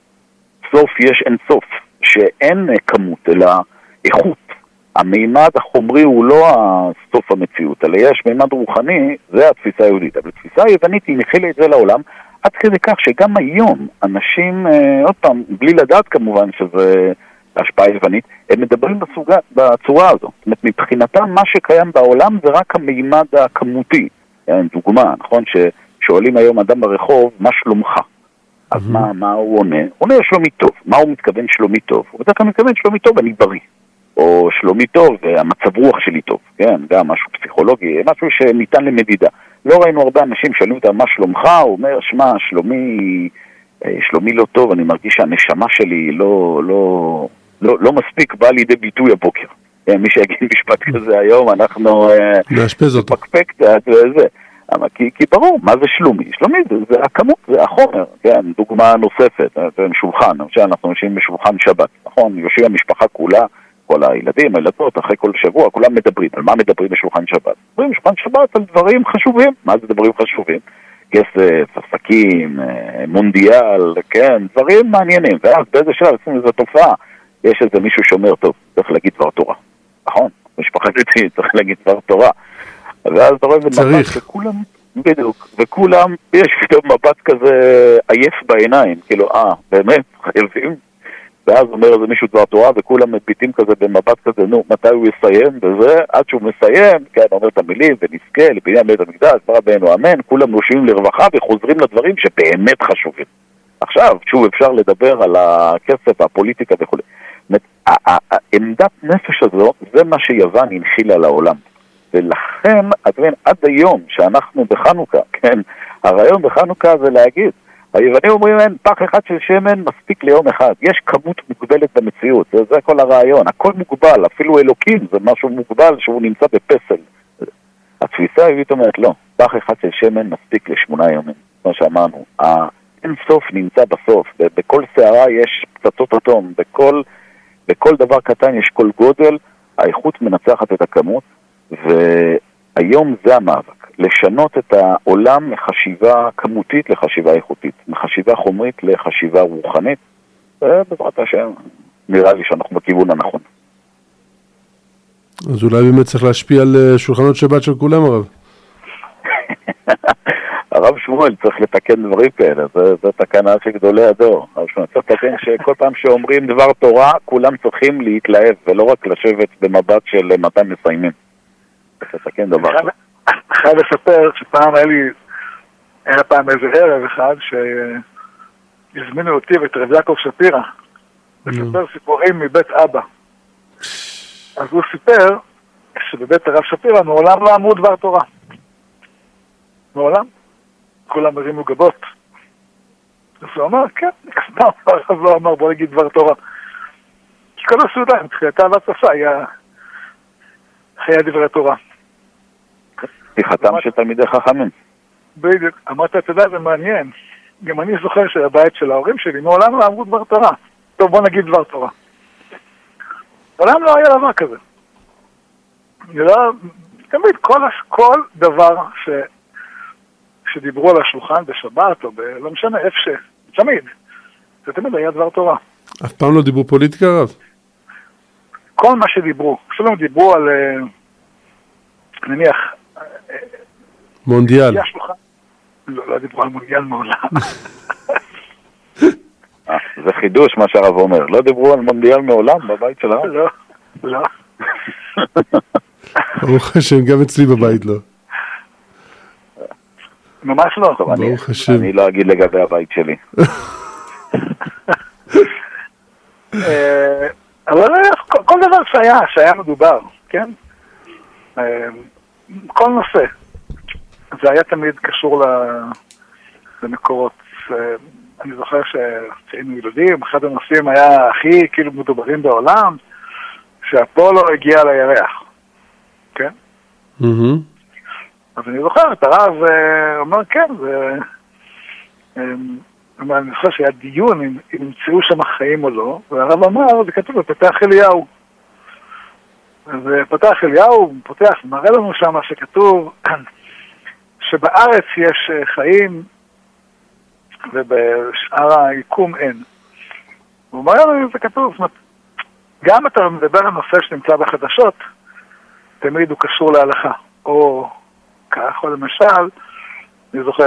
סוף יש אין סוף, שאין uh, כמות, אלא איכות. המימד החומרי הוא לא הסוף המציאות, אלא יש מימד רוחני, זה התפיסה היהודית. אבל התפיסה היוונית היא נחילה את זה לעולם, עד כדי כך שגם היום אנשים, uh, עוד פעם, בלי לדעת כמובן שזה השפעה יוונית, הם מדברים בסוגה, בצורה הזו. זאת אומרת, מבחינתם מה שקיים בעולם זה רק המימד הכמותי. דוגמה, נכון? ש... שואלים היום אדם ברחוב, מה שלומך? אז מה, מה הוא עונה? הוא עונה שלומי טוב. מה הוא מתכוון שלומי טוב? הוא בדרך כלל מתכוון שלומי טוב, אני בריא. או שלומי טוב, המצב רוח שלי טוב. כן, גם משהו פסיכולוגי, משהו שניתן למדידה. לא ראינו הרבה אנשים שואלים אותם, מה שלומך? הוא אומר, שמה, שלומי, שלומי לא טוב, אני מרגיש שהנשמה שלי לא, לא, לא, לא מספיק בא לידי ביטוי הבוקר. מי שיגיד משפט כזה היום, אנחנו... נאשפז אותו. פקפק קצת וזה. כי, כי ברור, מה זה שלומי? שלומי זה, זה הכמות, זה החומר, כן, דוגמה נוספת, שולחן, אנחנו יושבים בשולחן שבת, נכון? יושבים המשפחה כולה, כל הילדים, הילדות, אחרי כל שבוע, כולם מדברים, על מה מדברים בשולחן שבת? מדברים בשולחן שבת על דברים חשובים, מה זה דברים חשובים? כסף, עסקים, מונדיאל, כן, דברים מעניינים, ואז באיזה שלב, עושים איזו תופעה, יש איזה מישהו שאומר, טוב, צריך להגיד דבר תורה, נכון? משפחה דתית, צריך להגיד דבר תורה, ואז אתה רואה במבט שכולם, בדיוק, וכולם, יש פתאום מבט כזה עייף בעיניים, כאילו, אה, באמת, חייבים? ואז אומר איזה מישהו דבר תורה, וכולם מפיתים כזה במבט כזה, נו, מתי הוא יסיים, וזה, עד שהוא מסיים, כן, אומר את המילים, ונזכה לבניין בית המקדש, ברא בנו אמן, כולם נושמים לרווחה, וחוזרים לדברים שבאמת חשובים. עכשיו, שוב, אפשר לדבר על הכסף, הפוליטיקה וכו'. העמדת נפש הזו, זה מה שיוון הנחילה לעולם. ולכן, אדוין, עד היום שאנחנו בחנוכה, כן, הרעיון בחנוכה זה להגיד, היוונים אומרים, אין, פח אחד של שמן מספיק ליום אחד, יש כמות מוגבלת במציאות, זה, זה כל הרעיון, הכל מוגבל, אפילו אלוקים זה משהו מוגבל שהוא נמצא בפסל. התפיסה היהודית אומרת, לא, פח אחד של שמן מספיק לשמונה יומים, כמו שאמרנו, אין סוף נמצא בסוף, בכל שערה יש פצצות אטום, בכל, בכל דבר קטן יש כל גודל, האיכות מנצחת את הכמות, והיום זה המאבק, לשנות את העולם מחשיבה כמותית לחשיבה איכותית, מחשיבה חומרית לחשיבה רוחנית, ובעזרת השם נראה לי שאנחנו בכיוון הנכון. אז אולי באמת צריך להשפיע על שולחנות שבת של כולם, הרב? הרב שמואל צריך לתקן דברים כאלה, זו תקנה של גדולי הדור. הרב שמואל צריך לתקן שכל פעם שאומרים דבר תורה, כולם צריכים להתלהב, ולא רק לשבת במבט של מתי מסיימים. תתקן דבר. חייב לספר שפעם היה לי, היה פעם איזה ערב אחד שהזמינו אותי ואת רב יעקב שפירא לספר סיפורים מבית אבא. אז הוא סיפר שבבית הרב שפירא מעולם לא אמרו דבר תורה. מעולם. כולם הרימו גבות. אז הוא אמר, כן, נקסמה, הרב לא אמר, בוא נגיד דבר תורה. כי כל הסעודה, מתחילתה והצפה, היה חיי דברי תורה. פתיחתם של תלמידי חכמים. בדיוק. אמרת, אתה יודע, זה מעניין. גם אני זוכר שהבית של ההורים שלי, מעולם לא אמרו דבר תורה. טוב, בוא נגיד דבר תורה. מעולם לא היה דבר כזה. לא, תמיד, כל, כל דבר ש, שדיברו על השולחן בשבת, או ב, לא משנה, איפה ש... תמיד. זה תמיד היה דבר תורה. אף פעם לא דיברו פוליטיקה, רב? כל מה שדיברו. כשלום דיברו על, נניח, מונדיאל. לא, לא דיברו על מונדיאל מעולם. זה חידוש מה שהרב אומר. לא דיברו על מונדיאל מעולם בבית של הרב? לא, לא. ברוך השם, גם אצלי בבית לא. ממש לא. טוב, אני, ברוך השם. אני לא אגיד לגבי הבית שלי. אבל כל דבר שהיה, שהיה מדובר, כן? כל נושא. זה היה תמיד קשור למקורות. אני זוכר שהיינו ילדים, אחד הנושאים היה הכי כאילו מדוברים בעולם, שאפולו הגיע לירח. כן? אז אני זוכר את הרב אומר כן, אני זוכר שהיה דיון אם נמצאו שם חיים או לא, והרב אמר, זה כתוב בפתח אליהו. ופתח אליהו פותח, מראה לנו שם שכתוב שבארץ יש חיים ובשאר היקום אין. הוא מראה לנו זה כתוב, זאת אומרת, גם אתה מדבר על נושא שנמצא בחדשות, תמיד הוא קשור להלכה. או כך, או למשל, אני זוכר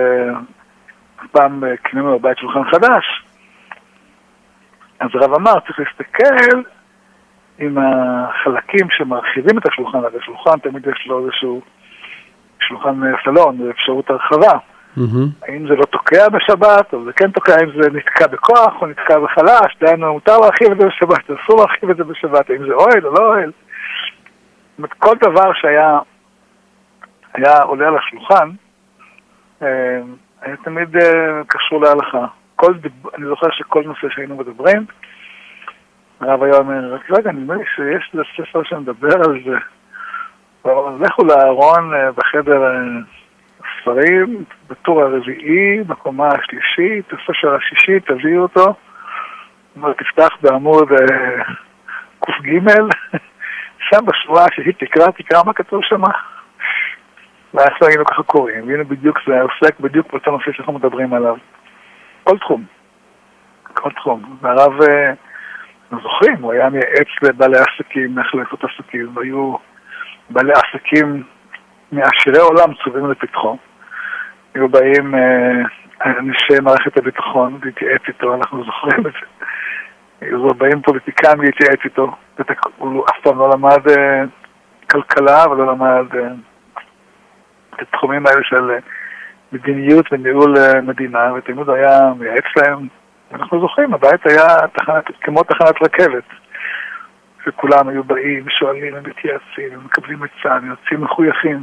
שפעם קנינו בבית שולחן חדש, אז הרב אמר, צריך להסתכל עם החלקים שמרחיבים את השולחן, אז השולחן תמיד יש לו איזשהו שולחן סלון, זה אפשרות הרחבה. Mm-hmm. האם זה לא תוקע בשבת, או זה כן תוקע, האם זה נתקע בכוח, או נתקע בחלש, דיינו, מותר להרחיב את זה בשבת, אסור להרחיב את זה בשבת, האם זה אוהל או לא אוהל. זאת אומרת, כל דבר שהיה היה עולה על השולחן, היה תמיד קשור להלכה. כל דיב... אני זוכר שכל נושא שהיינו מדברים, הרב היה אומר, רק רגע, נדמה לי שיש איזה ספר שמדבר על זה. לכו לארון בחדר הספרים, בטור הרביעי, בקומה השלישית, הספר השישי, תביאו אותו. אומר, תפתח בעמוד קוף גימל, שם בשורה שהיא תקרא, תקרא מה כתוב שם. ואנחנו היינו ככה קוראים, והנה בדיוק זה עוסק בדיוק באותו נושא שאנחנו מדברים עליו. כל תחום. כל תחום. והרב, זוכרים, הוא היה מייעץ לבעלי עסקים, איך לעשות עסקים, והיו בעלי עסקים מעשירי עולם צובים לפתחו. היו באים אנשי מערכת הביטחון להתייעץ איתו, אנחנו זוכרים את זה. היו באים פוליטיקאים להתייעץ איתו, הוא אף פעם לא למד כלכלה, אבל לא למד את התחומים האלה של מדיניות וניהול מדינה, ותמיד היה מייעץ להם. אנחנו זוכרים, הבית היה תחנת, כמו תחנת רכבת, שכולם היו באים, שואלים, הם מתייעצים, הם מקבלים עצה, הם יוצאים מחויכים.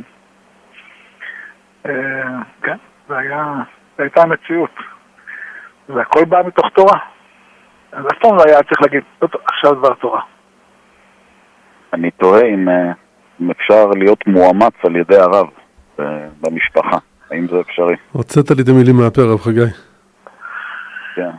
כן, זה היה, זה הייתה המציאות. והכל בא מתוך תורה. אז אף פעם לא היה צריך להגיד, עכשיו דבר תורה. אני תוהה אם, אם אפשר להיות מואמץ על ידי הרב במשפחה. האם זה אפשרי? הוצאת לי את המילים מהפה, רב חגי. כן.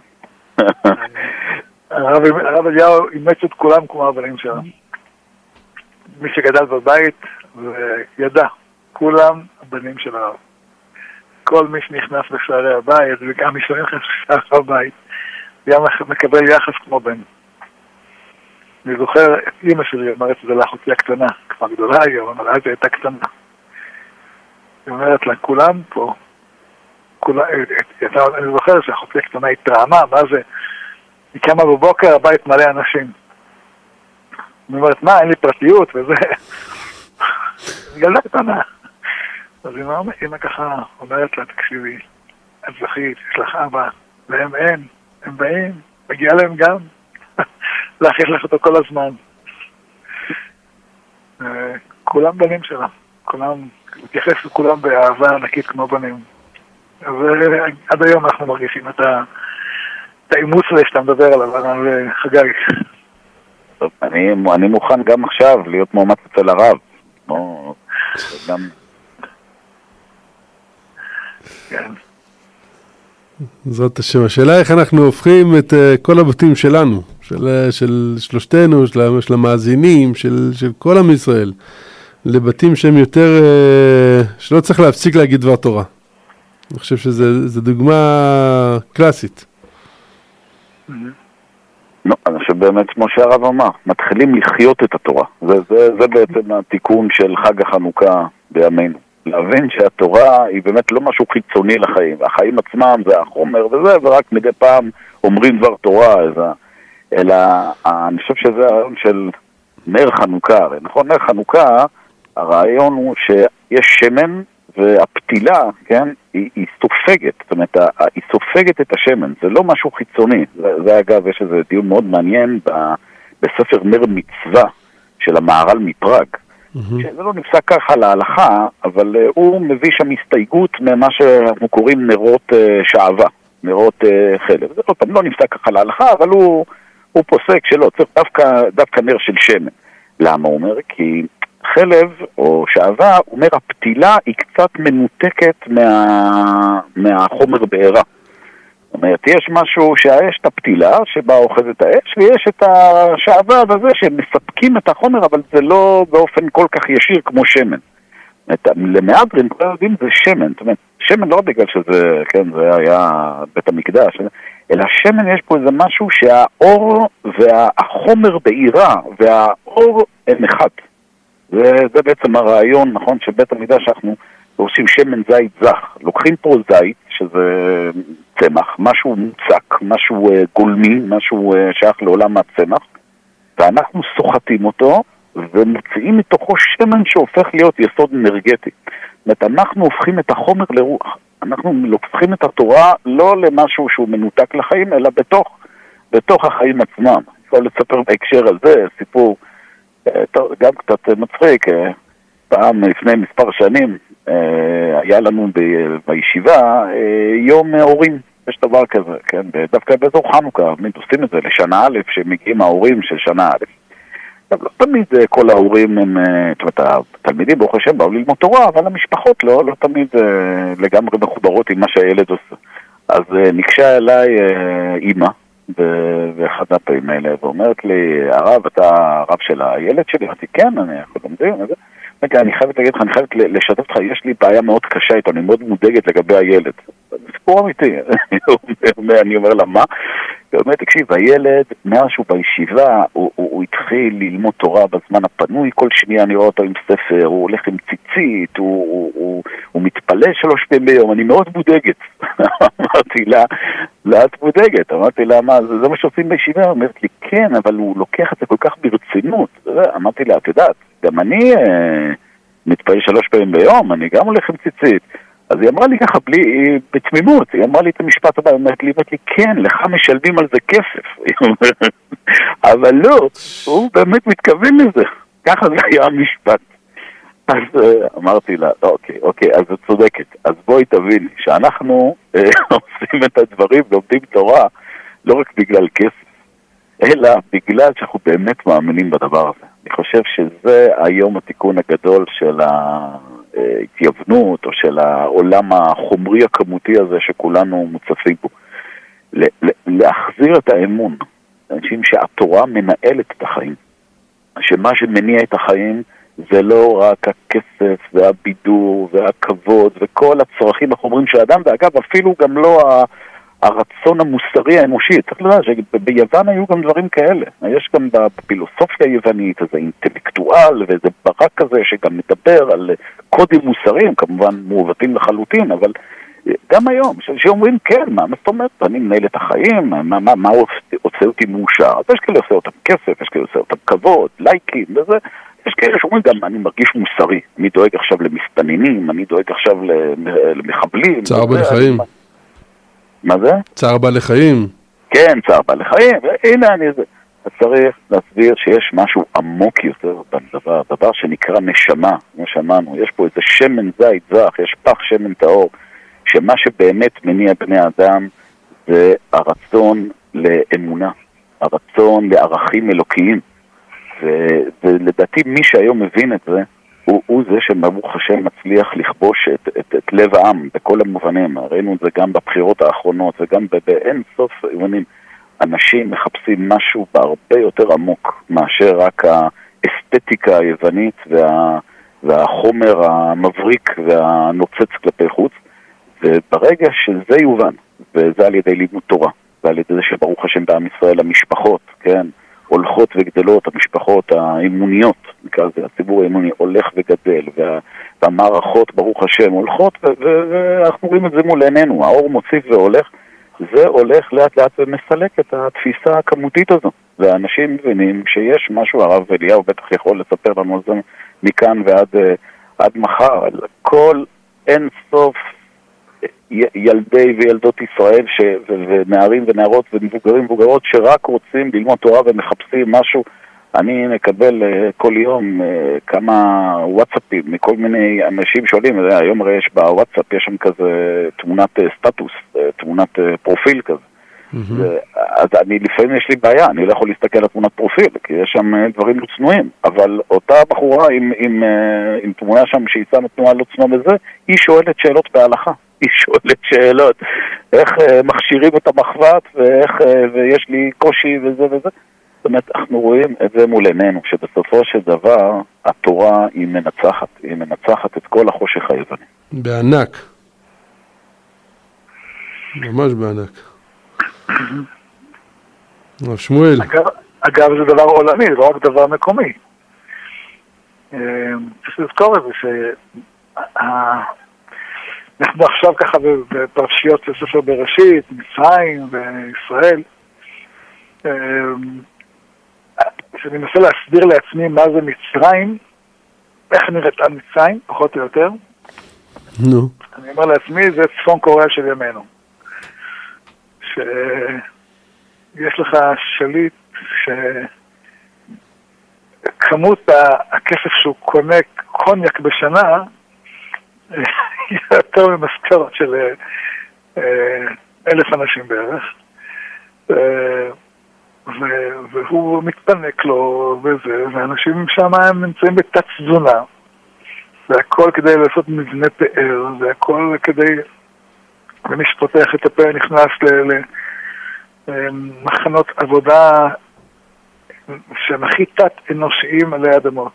הרב אליהו אימץ את כולם כמו הבנים שלנו. מי שגדל בבית וידע, כולם הבנים של הרב. כל מי שנכנס בשערי הבית וגם מי שנכנס בשערי הבית היה מקבל יחס כמו בן. אני זוכר את אמא שלי אומרת שזה לאחותי הקטנה, כבר גדולה היום, אבל אז היא הייתה קטנה. היא אומרת לה, כולם פה, כולם, אני זוכר שאחותי הקטנה התרעמה, מה זה? היא קמה בבוקר, הבית מלא אנשים. היא אומרת, מה, אין לי פרטיות וזה. ילדה קטנה. אז אמא ככה אומרת לה, תקשיבי, את זכית, יש לך אבא, והם אין, הם באים, מגיע להם גם. להכיח לך אותו כל הזמן. כולם בנים שלה. כולם, מתייחס לכולם באהבה ענקית כמו בנים. ועד היום אנחנו מרגישים את האימוץ הזה שאתה מדבר עליו, על חגי. טוב, אני, אני מוכן גם עכשיו להיות מועמד אצל הרב. לא, גם... כן. זאת השם. השאלה איך אנחנו הופכים את uh, כל הבתים שלנו, של, uh, של שלושתנו, של, של המאזינים, של, של כל עם ישראל, לבתים שהם יותר, uh, שלא צריך להפסיק להגיד דבר תורה. אני חושב שזו דוגמה קלאסית. לא, אני חושב באמת כמו שהרב אמר, מתחילים לחיות את התורה. זה, זה, זה בעצם התיקון של חג החנוכה בימינו. להבין שהתורה היא באמת לא משהו חיצוני לחיים. החיים עצמם זה החומר וזה, ורק מדי פעם אומרים דבר תורה, אלא אני חושב שזה הרעיון של נר חנוכה. נכון, נר חנוכה, הרעיון הוא שיש שמן, והפתילה, כן, היא, היא סופגת, זאת אומרת, היא סופגת את השמן, זה לא משהו חיצוני. זה, זה אגב, יש איזה דיון מאוד מעניין ב, בספר נר מצווה של המהר"ל מפראג, mm-hmm. שזה לא נפסק ככה להלכה, אבל uh, הוא מביא שם הסתייגות ממה שאנחנו קוראים נרות uh, שעבה, נרות uh, חלב. זה לא, לא נפסק ככה להלכה, אבל הוא, הוא פוסק שלא, צריך דווקא, דווקא נר של שמן. למה הוא אומר? כי חלב או שעבה, הוא אומר, הפתילה היא קצת מנותקת מה... מהחומר בעירה. זאת אומרת, יש משהו שהאש את הפתילה, שבה אוחזת האש, ויש את השעבה וזה שמספקים את החומר, אבל זה לא באופן כל כך ישיר כמו שמן. למהדרין, כל יודעים, זה שמן. זאת אומרת, שמן לא בגלל שזה, כן, זה היה בית המקדש, אלא שמן יש פה איזה משהו שהאור והחומר בעירה והאור הם אחד. זה, זה בעצם הרעיון, נכון, שבית המקדש אנחנו עושים שמן זית זך. לוקחים פה זית, שזה צמח, משהו מוצק, משהו uh, גולמי, משהו uh, שייך לעולם הצמח, ואנחנו סוחטים אותו, ומוציאים מתוכו שמן שהופך להיות יסוד אנרגטי. זאת אומרת, אנחנו הופכים את החומר לרוח. אנחנו לוקחים את התורה לא למשהו שהוא מנותק לחיים, אלא בתוך, בתוך החיים עצמם. יכול לספר בהקשר על זה, סיפור גם קצת מצחיק. פעם לפני מספר שנים היה לנו בישיבה יום הורים, יש דבר כזה, כן? דווקא באזור חנוכה, עושים את זה לשנה א', שמגיעים ההורים של שנה א'. לא תמיד כל ההורים הם, זאת אומרת, התלמידים ברוך השם באו ללמוד תורה, אבל המשפחות לא, לא תמיד לגמרי מחוברות עם מה שהילד עושה. אז ניגשה אליי אימא, באחד הפעמים האלה, ואומרת לי, הרב, אתה הרב של הילד שלי? אמרתי, כן, אני יכול לומדים, אני חייבת להגיד לך, אני חייבת לשתף אותך, יש לי בעיה מאוד קשה איתו, אני מאוד מודאגת לגבי הילד. סיפור אמיתי. אני אומר לה, מה? היא אומרת, תקשיב, הילד, משהו בישיבה, הוא, הוא, הוא התחיל ללמוד תורה בזמן הפנוי, כל שנייה אני רואה אותו עם ספר, הוא הולך עם ציצית, הוא, הוא, הוא, הוא מתפלל שלוש פעמים ביום, אני מאוד מודאגת. אמרתי לה, לא את מודאגת? אמרתי לה, מה, זה, זה מה שעושים בישיבה? היא אומרת לי, כן, אבל הוא לוקח את זה כל כך ברצינות. אמרתי לה, את יודעת, גם אני אה, מתפלל שלוש פעמים ביום, אני גם הולך עם ציצית. אז היא אמרה לי ככה, בלי, בתמימות, היא אמרה לי את המשפט הבא, היא אומרת לי, לי, כן, לך משלמים על זה כסף. אבל לא, הוא באמת מתכוון לזה. ככה זה היה המשפט. אז uh, אמרתי לה, אוקיי, אוקיי, אז את צודקת. אז בואי תבין, שאנחנו uh, עושים את הדברים ועובדים תורה, לא רק בגלל כסף, אלא בגלל שאנחנו באמת מאמינים בדבר הזה. אני חושב שזה היום התיקון הגדול של ה... התייבנות או של העולם החומרי הכמותי הזה שכולנו מוצפים בו. להחזיר את האמון, אנשים שהתורה מנהלת את החיים, שמה שמניע את החיים זה לא רק הכסף והבידור והכבוד וכל הצרכים החומרים של האדם, ואגב אפילו גם לא הרצון המוסרי האנושי. צריך לדעת שביוון היו גם דברים כאלה. יש גם בפילוסופיה היוונית איזה אינטלקטואל ואיזה ברק כזה שגם מדבר על קודים מוסריים, כמובן מעוותים לחלוטין, אבל גם היום, שאומרים כן, מה זאת אומרת? אני מנהל את החיים, מה, מה, מה עושה אותי מאושר? אז יש כאלה עושה אותם כסף, יש כאלה עושה אותם כבוד, לייקים וזה. יש כאלה שאומרים גם, אני מרגיש מוסרי. אני דואג עכשיו למסתננים, אני דואג עכשיו למחבלים. צער בעלי חיים. מה זה? צער בעלי חיים. כן, צער בעלי חיים. הנה אני זה. אז צריך להסביר שיש משהו עמוק יותר בדבר, דבר שנקרא נשמה, כמו שאמרנו. יש פה איזה שמן זית זך, יש פח שמן טהור, שמה שבאמת מניע בני האדם זה הרצון לאמונה, הרצון לערכים אלוקיים. ולדעתי מי שהיום מבין את זה, הוא, הוא זה שברוך השם מצליח לכבוש את, את, את לב העם בכל המובנים. ראינו את זה גם בבחירות האחרונות וגם באין סוף אימונים. אנשים מחפשים משהו בהרבה יותר עמוק מאשר רק האסתטיקה היוונית וה, והחומר המבריק והנוצץ כלפי חוץ. וברגע שזה יובן, וזה על ידי לימוד תורה, ועל ידי זה שברוך השם בעם ישראל המשפחות, כן, הולכות וגדלות, המשפחות האמוניות, נקרא לזה, הציבור האמוני הולך וגדל, וה, והמערכות ברוך השם הולכות, ואנחנו רואים את זה מול עינינו, האור מוסיף והולך, זה הולך לאט לאט ומסלק את התפיסה הכמותית הזו. ואנשים מבינים שיש משהו, הרב אליהו בטח יכול לספר לנו על זה מכאן ועד עד מחר, על כל אין סוף ילדי וילדות ישראל ש... ונערים ונערות ומבוגרים ומבוגרות שרק רוצים ללמוד תורה ומחפשים משהו. אני מקבל כל יום כמה וואטסאפים מכל מיני אנשים שואלים, היום הרי יש בוואטסאפ, יש שם כזה תמונת סטטוס, תמונת פרופיל כזה. אז אני, לפעמים יש לי בעיה, אני לא יכול להסתכל על תמונת פרופיל, כי יש שם דברים לא צנועים, אבל אותה בחורה עם, עם, עם תמונה שם שהיא שמה תנועה לא צנועה בזה, היא שואלת שאלות בהלכה, היא שואלת שאלות, איך מכשירים את המחבת, ואיך, ויש לי קושי וזה וזה. זאת אומרת, אנחנו רואים את זה מול עינינו, שבסופו של דבר התורה היא מנצחת, היא מנצחת את כל החושך היווני. בענק. ממש בענק. רב שמואל. אגב, אגב, זה דבר עולמי, לא רק דבר מקומי. צריך לזכור את זה שאנחנו עכשיו ככה בפרשיות של ספר בראשית, מצרים וישראל, שאני מנסה להסביר לעצמי מה זה מצרים, איך נראית על מצרים, פחות או יותר. נו. אני אומר לעצמי, זה צפון קוריאה של ימינו. שיש לך שליט שכמות הכסף שהוא קונה קוניאק בשנה היא יותר ממשכורת של אלף אנשים בערך. והוא מתפנק לו וזה, ואנשים שם הם נמצאים בתת תזונה, והכל כדי לעשות מבנה פאר, והכל כדי, ומי שפותח את הפה נכנס למחנות עבודה שהם הכי תת אנושיים עלי אדמות.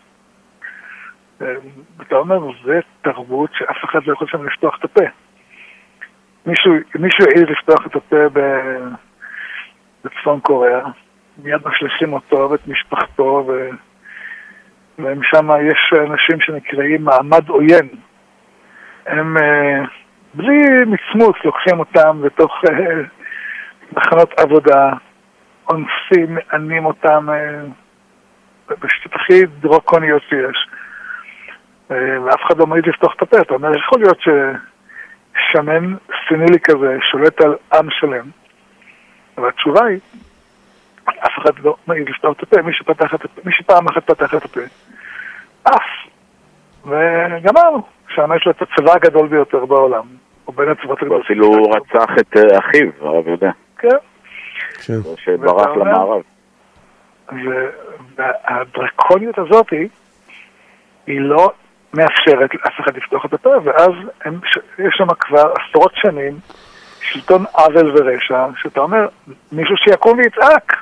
אתה אומר, זה תרבות שאף אחד לא יכול שם לפתוח את הפה. מישהו, מישהו העיד לפתוח את הפה ב... בצפון קוריאה, מיד משליחים אותו ואת משפחתו, ו... ומשם יש אנשים שנקראים מעמד עוין. הם בלי מצמוץ לוקחים אותם בתוך מחנות עבודה, אונסים, מענים אותם בשטות הכי דרקוניות שיש. ואף אחד לא מעיד לפתוח את הפה. אתה אומר, יכול להיות ששמן סנילי כזה שולט על עם שלם. אבל התשובה היא, אף אחד לא מעיד לפתוח את הפה, מי שפתח את הפה, מי שפעם אחת פתח את הפה, אף. וגמרנו, שם יש לו את הצבא הגדול ביותר בעולם, או בין הצבאות הגדול. אפילו הוא רצח את אחיו, הרב יודע. כן. שברח למערב. והדרקוניות הזאת היא לא מאפשרת לאף אחד לפתוח את הפה, ואז יש שם כבר עשרות שנים, שלטון עוול ורשע, שאתה אומר, מישהו שיקום ויצעק.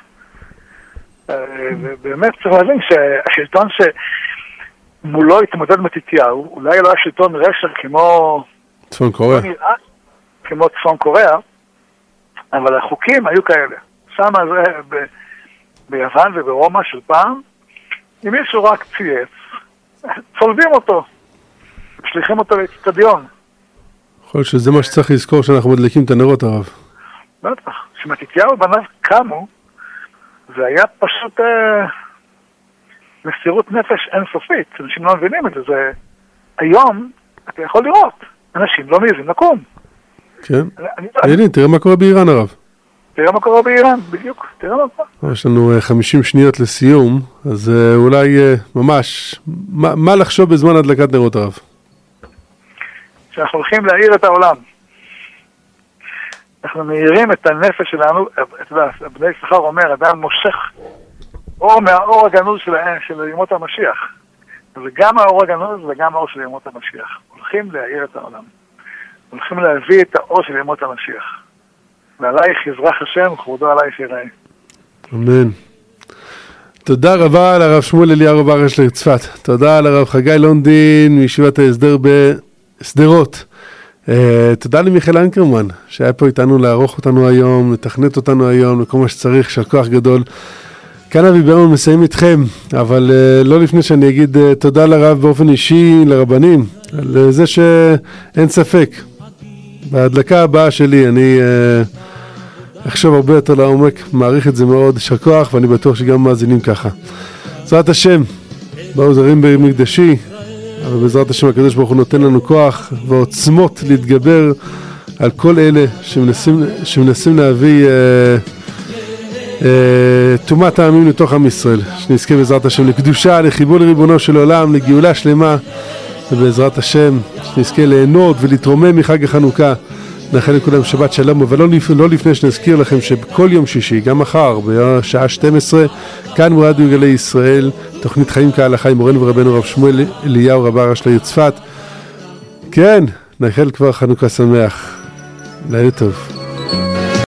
ובאמת צריך להבין שהשלטון שמולו התמודד מתתיהו, אולי לא היה שלטון רשע כמו... צפון קוריאה. כמו צפון קוריאה, אבל החוקים היו כאלה. שם זה ב- ביוון וברומא של פעם, אם מישהו רק צייץ, צולבים אותו, שליחים אותו לאצטדיון. יכול להיות שזה מה שצריך לזכור שאנחנו מדליקים את הנרות, הרב. בטח, כשמתתיהו בניו קמו, זה היה פשוט אה, מסירות נפש אינסופית. אנשים לא מבינים את זה. זה היום אתה יכול לראות, אנשים לא מעיזים לקום. כן. הנה, תראה מה קורה באיראן, הרב. תראה מה קורה באיראן, בדיוק. תראה מה קורה. יש לנו חמישים שניות לסיום, אז אולי ממש, מה, מה לחשוב בזמן הדלקת נרות, הרב? שאנחנו הולכים להאיר את העולם. אנחנו מאירים את הנפש שלנו, אתה יודע, בני יששכר אומר, אדם מושך אור מהאור הגנוז של, של ימות המשיח. זה גם האור הגנוז וגם האור של ימות המשיח. הולכים להאיר את העולם. הולכים להביא את האור של ימות המשיח. ועלייך יזרח השם, וכבודו עלייך יראה. אמן. תודה רבה לרב שמואל אליהו בראש לצפת. תודה לרב חגי לונדין מישיבת ההסדר בסדרות. Uh, תודה למיכאל אנקרמן שהיה פה איתנו לערוך אותנו היום, לתכנת אותנו היום, לכל מה שצריך, של כוח גדול. כאן אבי ברמן מסיים איתכם, אבל uh, לא לפני שאני אגיד uh, תודה לרב באופן אישי, לרבנים, על uh, זה שאין ספק. בהדלקה הבאה שלי אני uh, לחשוב הרבה יותר לעומק, מעריך את זה מאוד, יישר כוח, ואני בטוח שגם מאזינים ככה. בעזרת השם, באו זרים במקדשי, אבל בעזרת השם הקדוש ברוך הוא נותן לנו כוח ועוצמות להתגבר על כל אלה שמנסים, שמנסים להביא אה, אה, תומת העמים לתוך עם ישראל. שנזכה בעזרת השם לקדושה, לחיבור לריבונו של עולם, לגאולה שלמה, ובעזרת השם שנזכה ליהנות ולהתרומם מחג החנוכה. נאחל לכולם שבת שלום, אבל לא, לא לפני שנזכיר לכם שבכל יום שישי, גם מחר, בשעה שתים עשרה, כאן ברדיו גלי ישראל, תוכנית חיים כהלכה עם מורנו ורבנו רב שמואל אליהו רב הראשי לעיר צפת. כן, נאחל כבר חנוכה שמח. לילה טוב.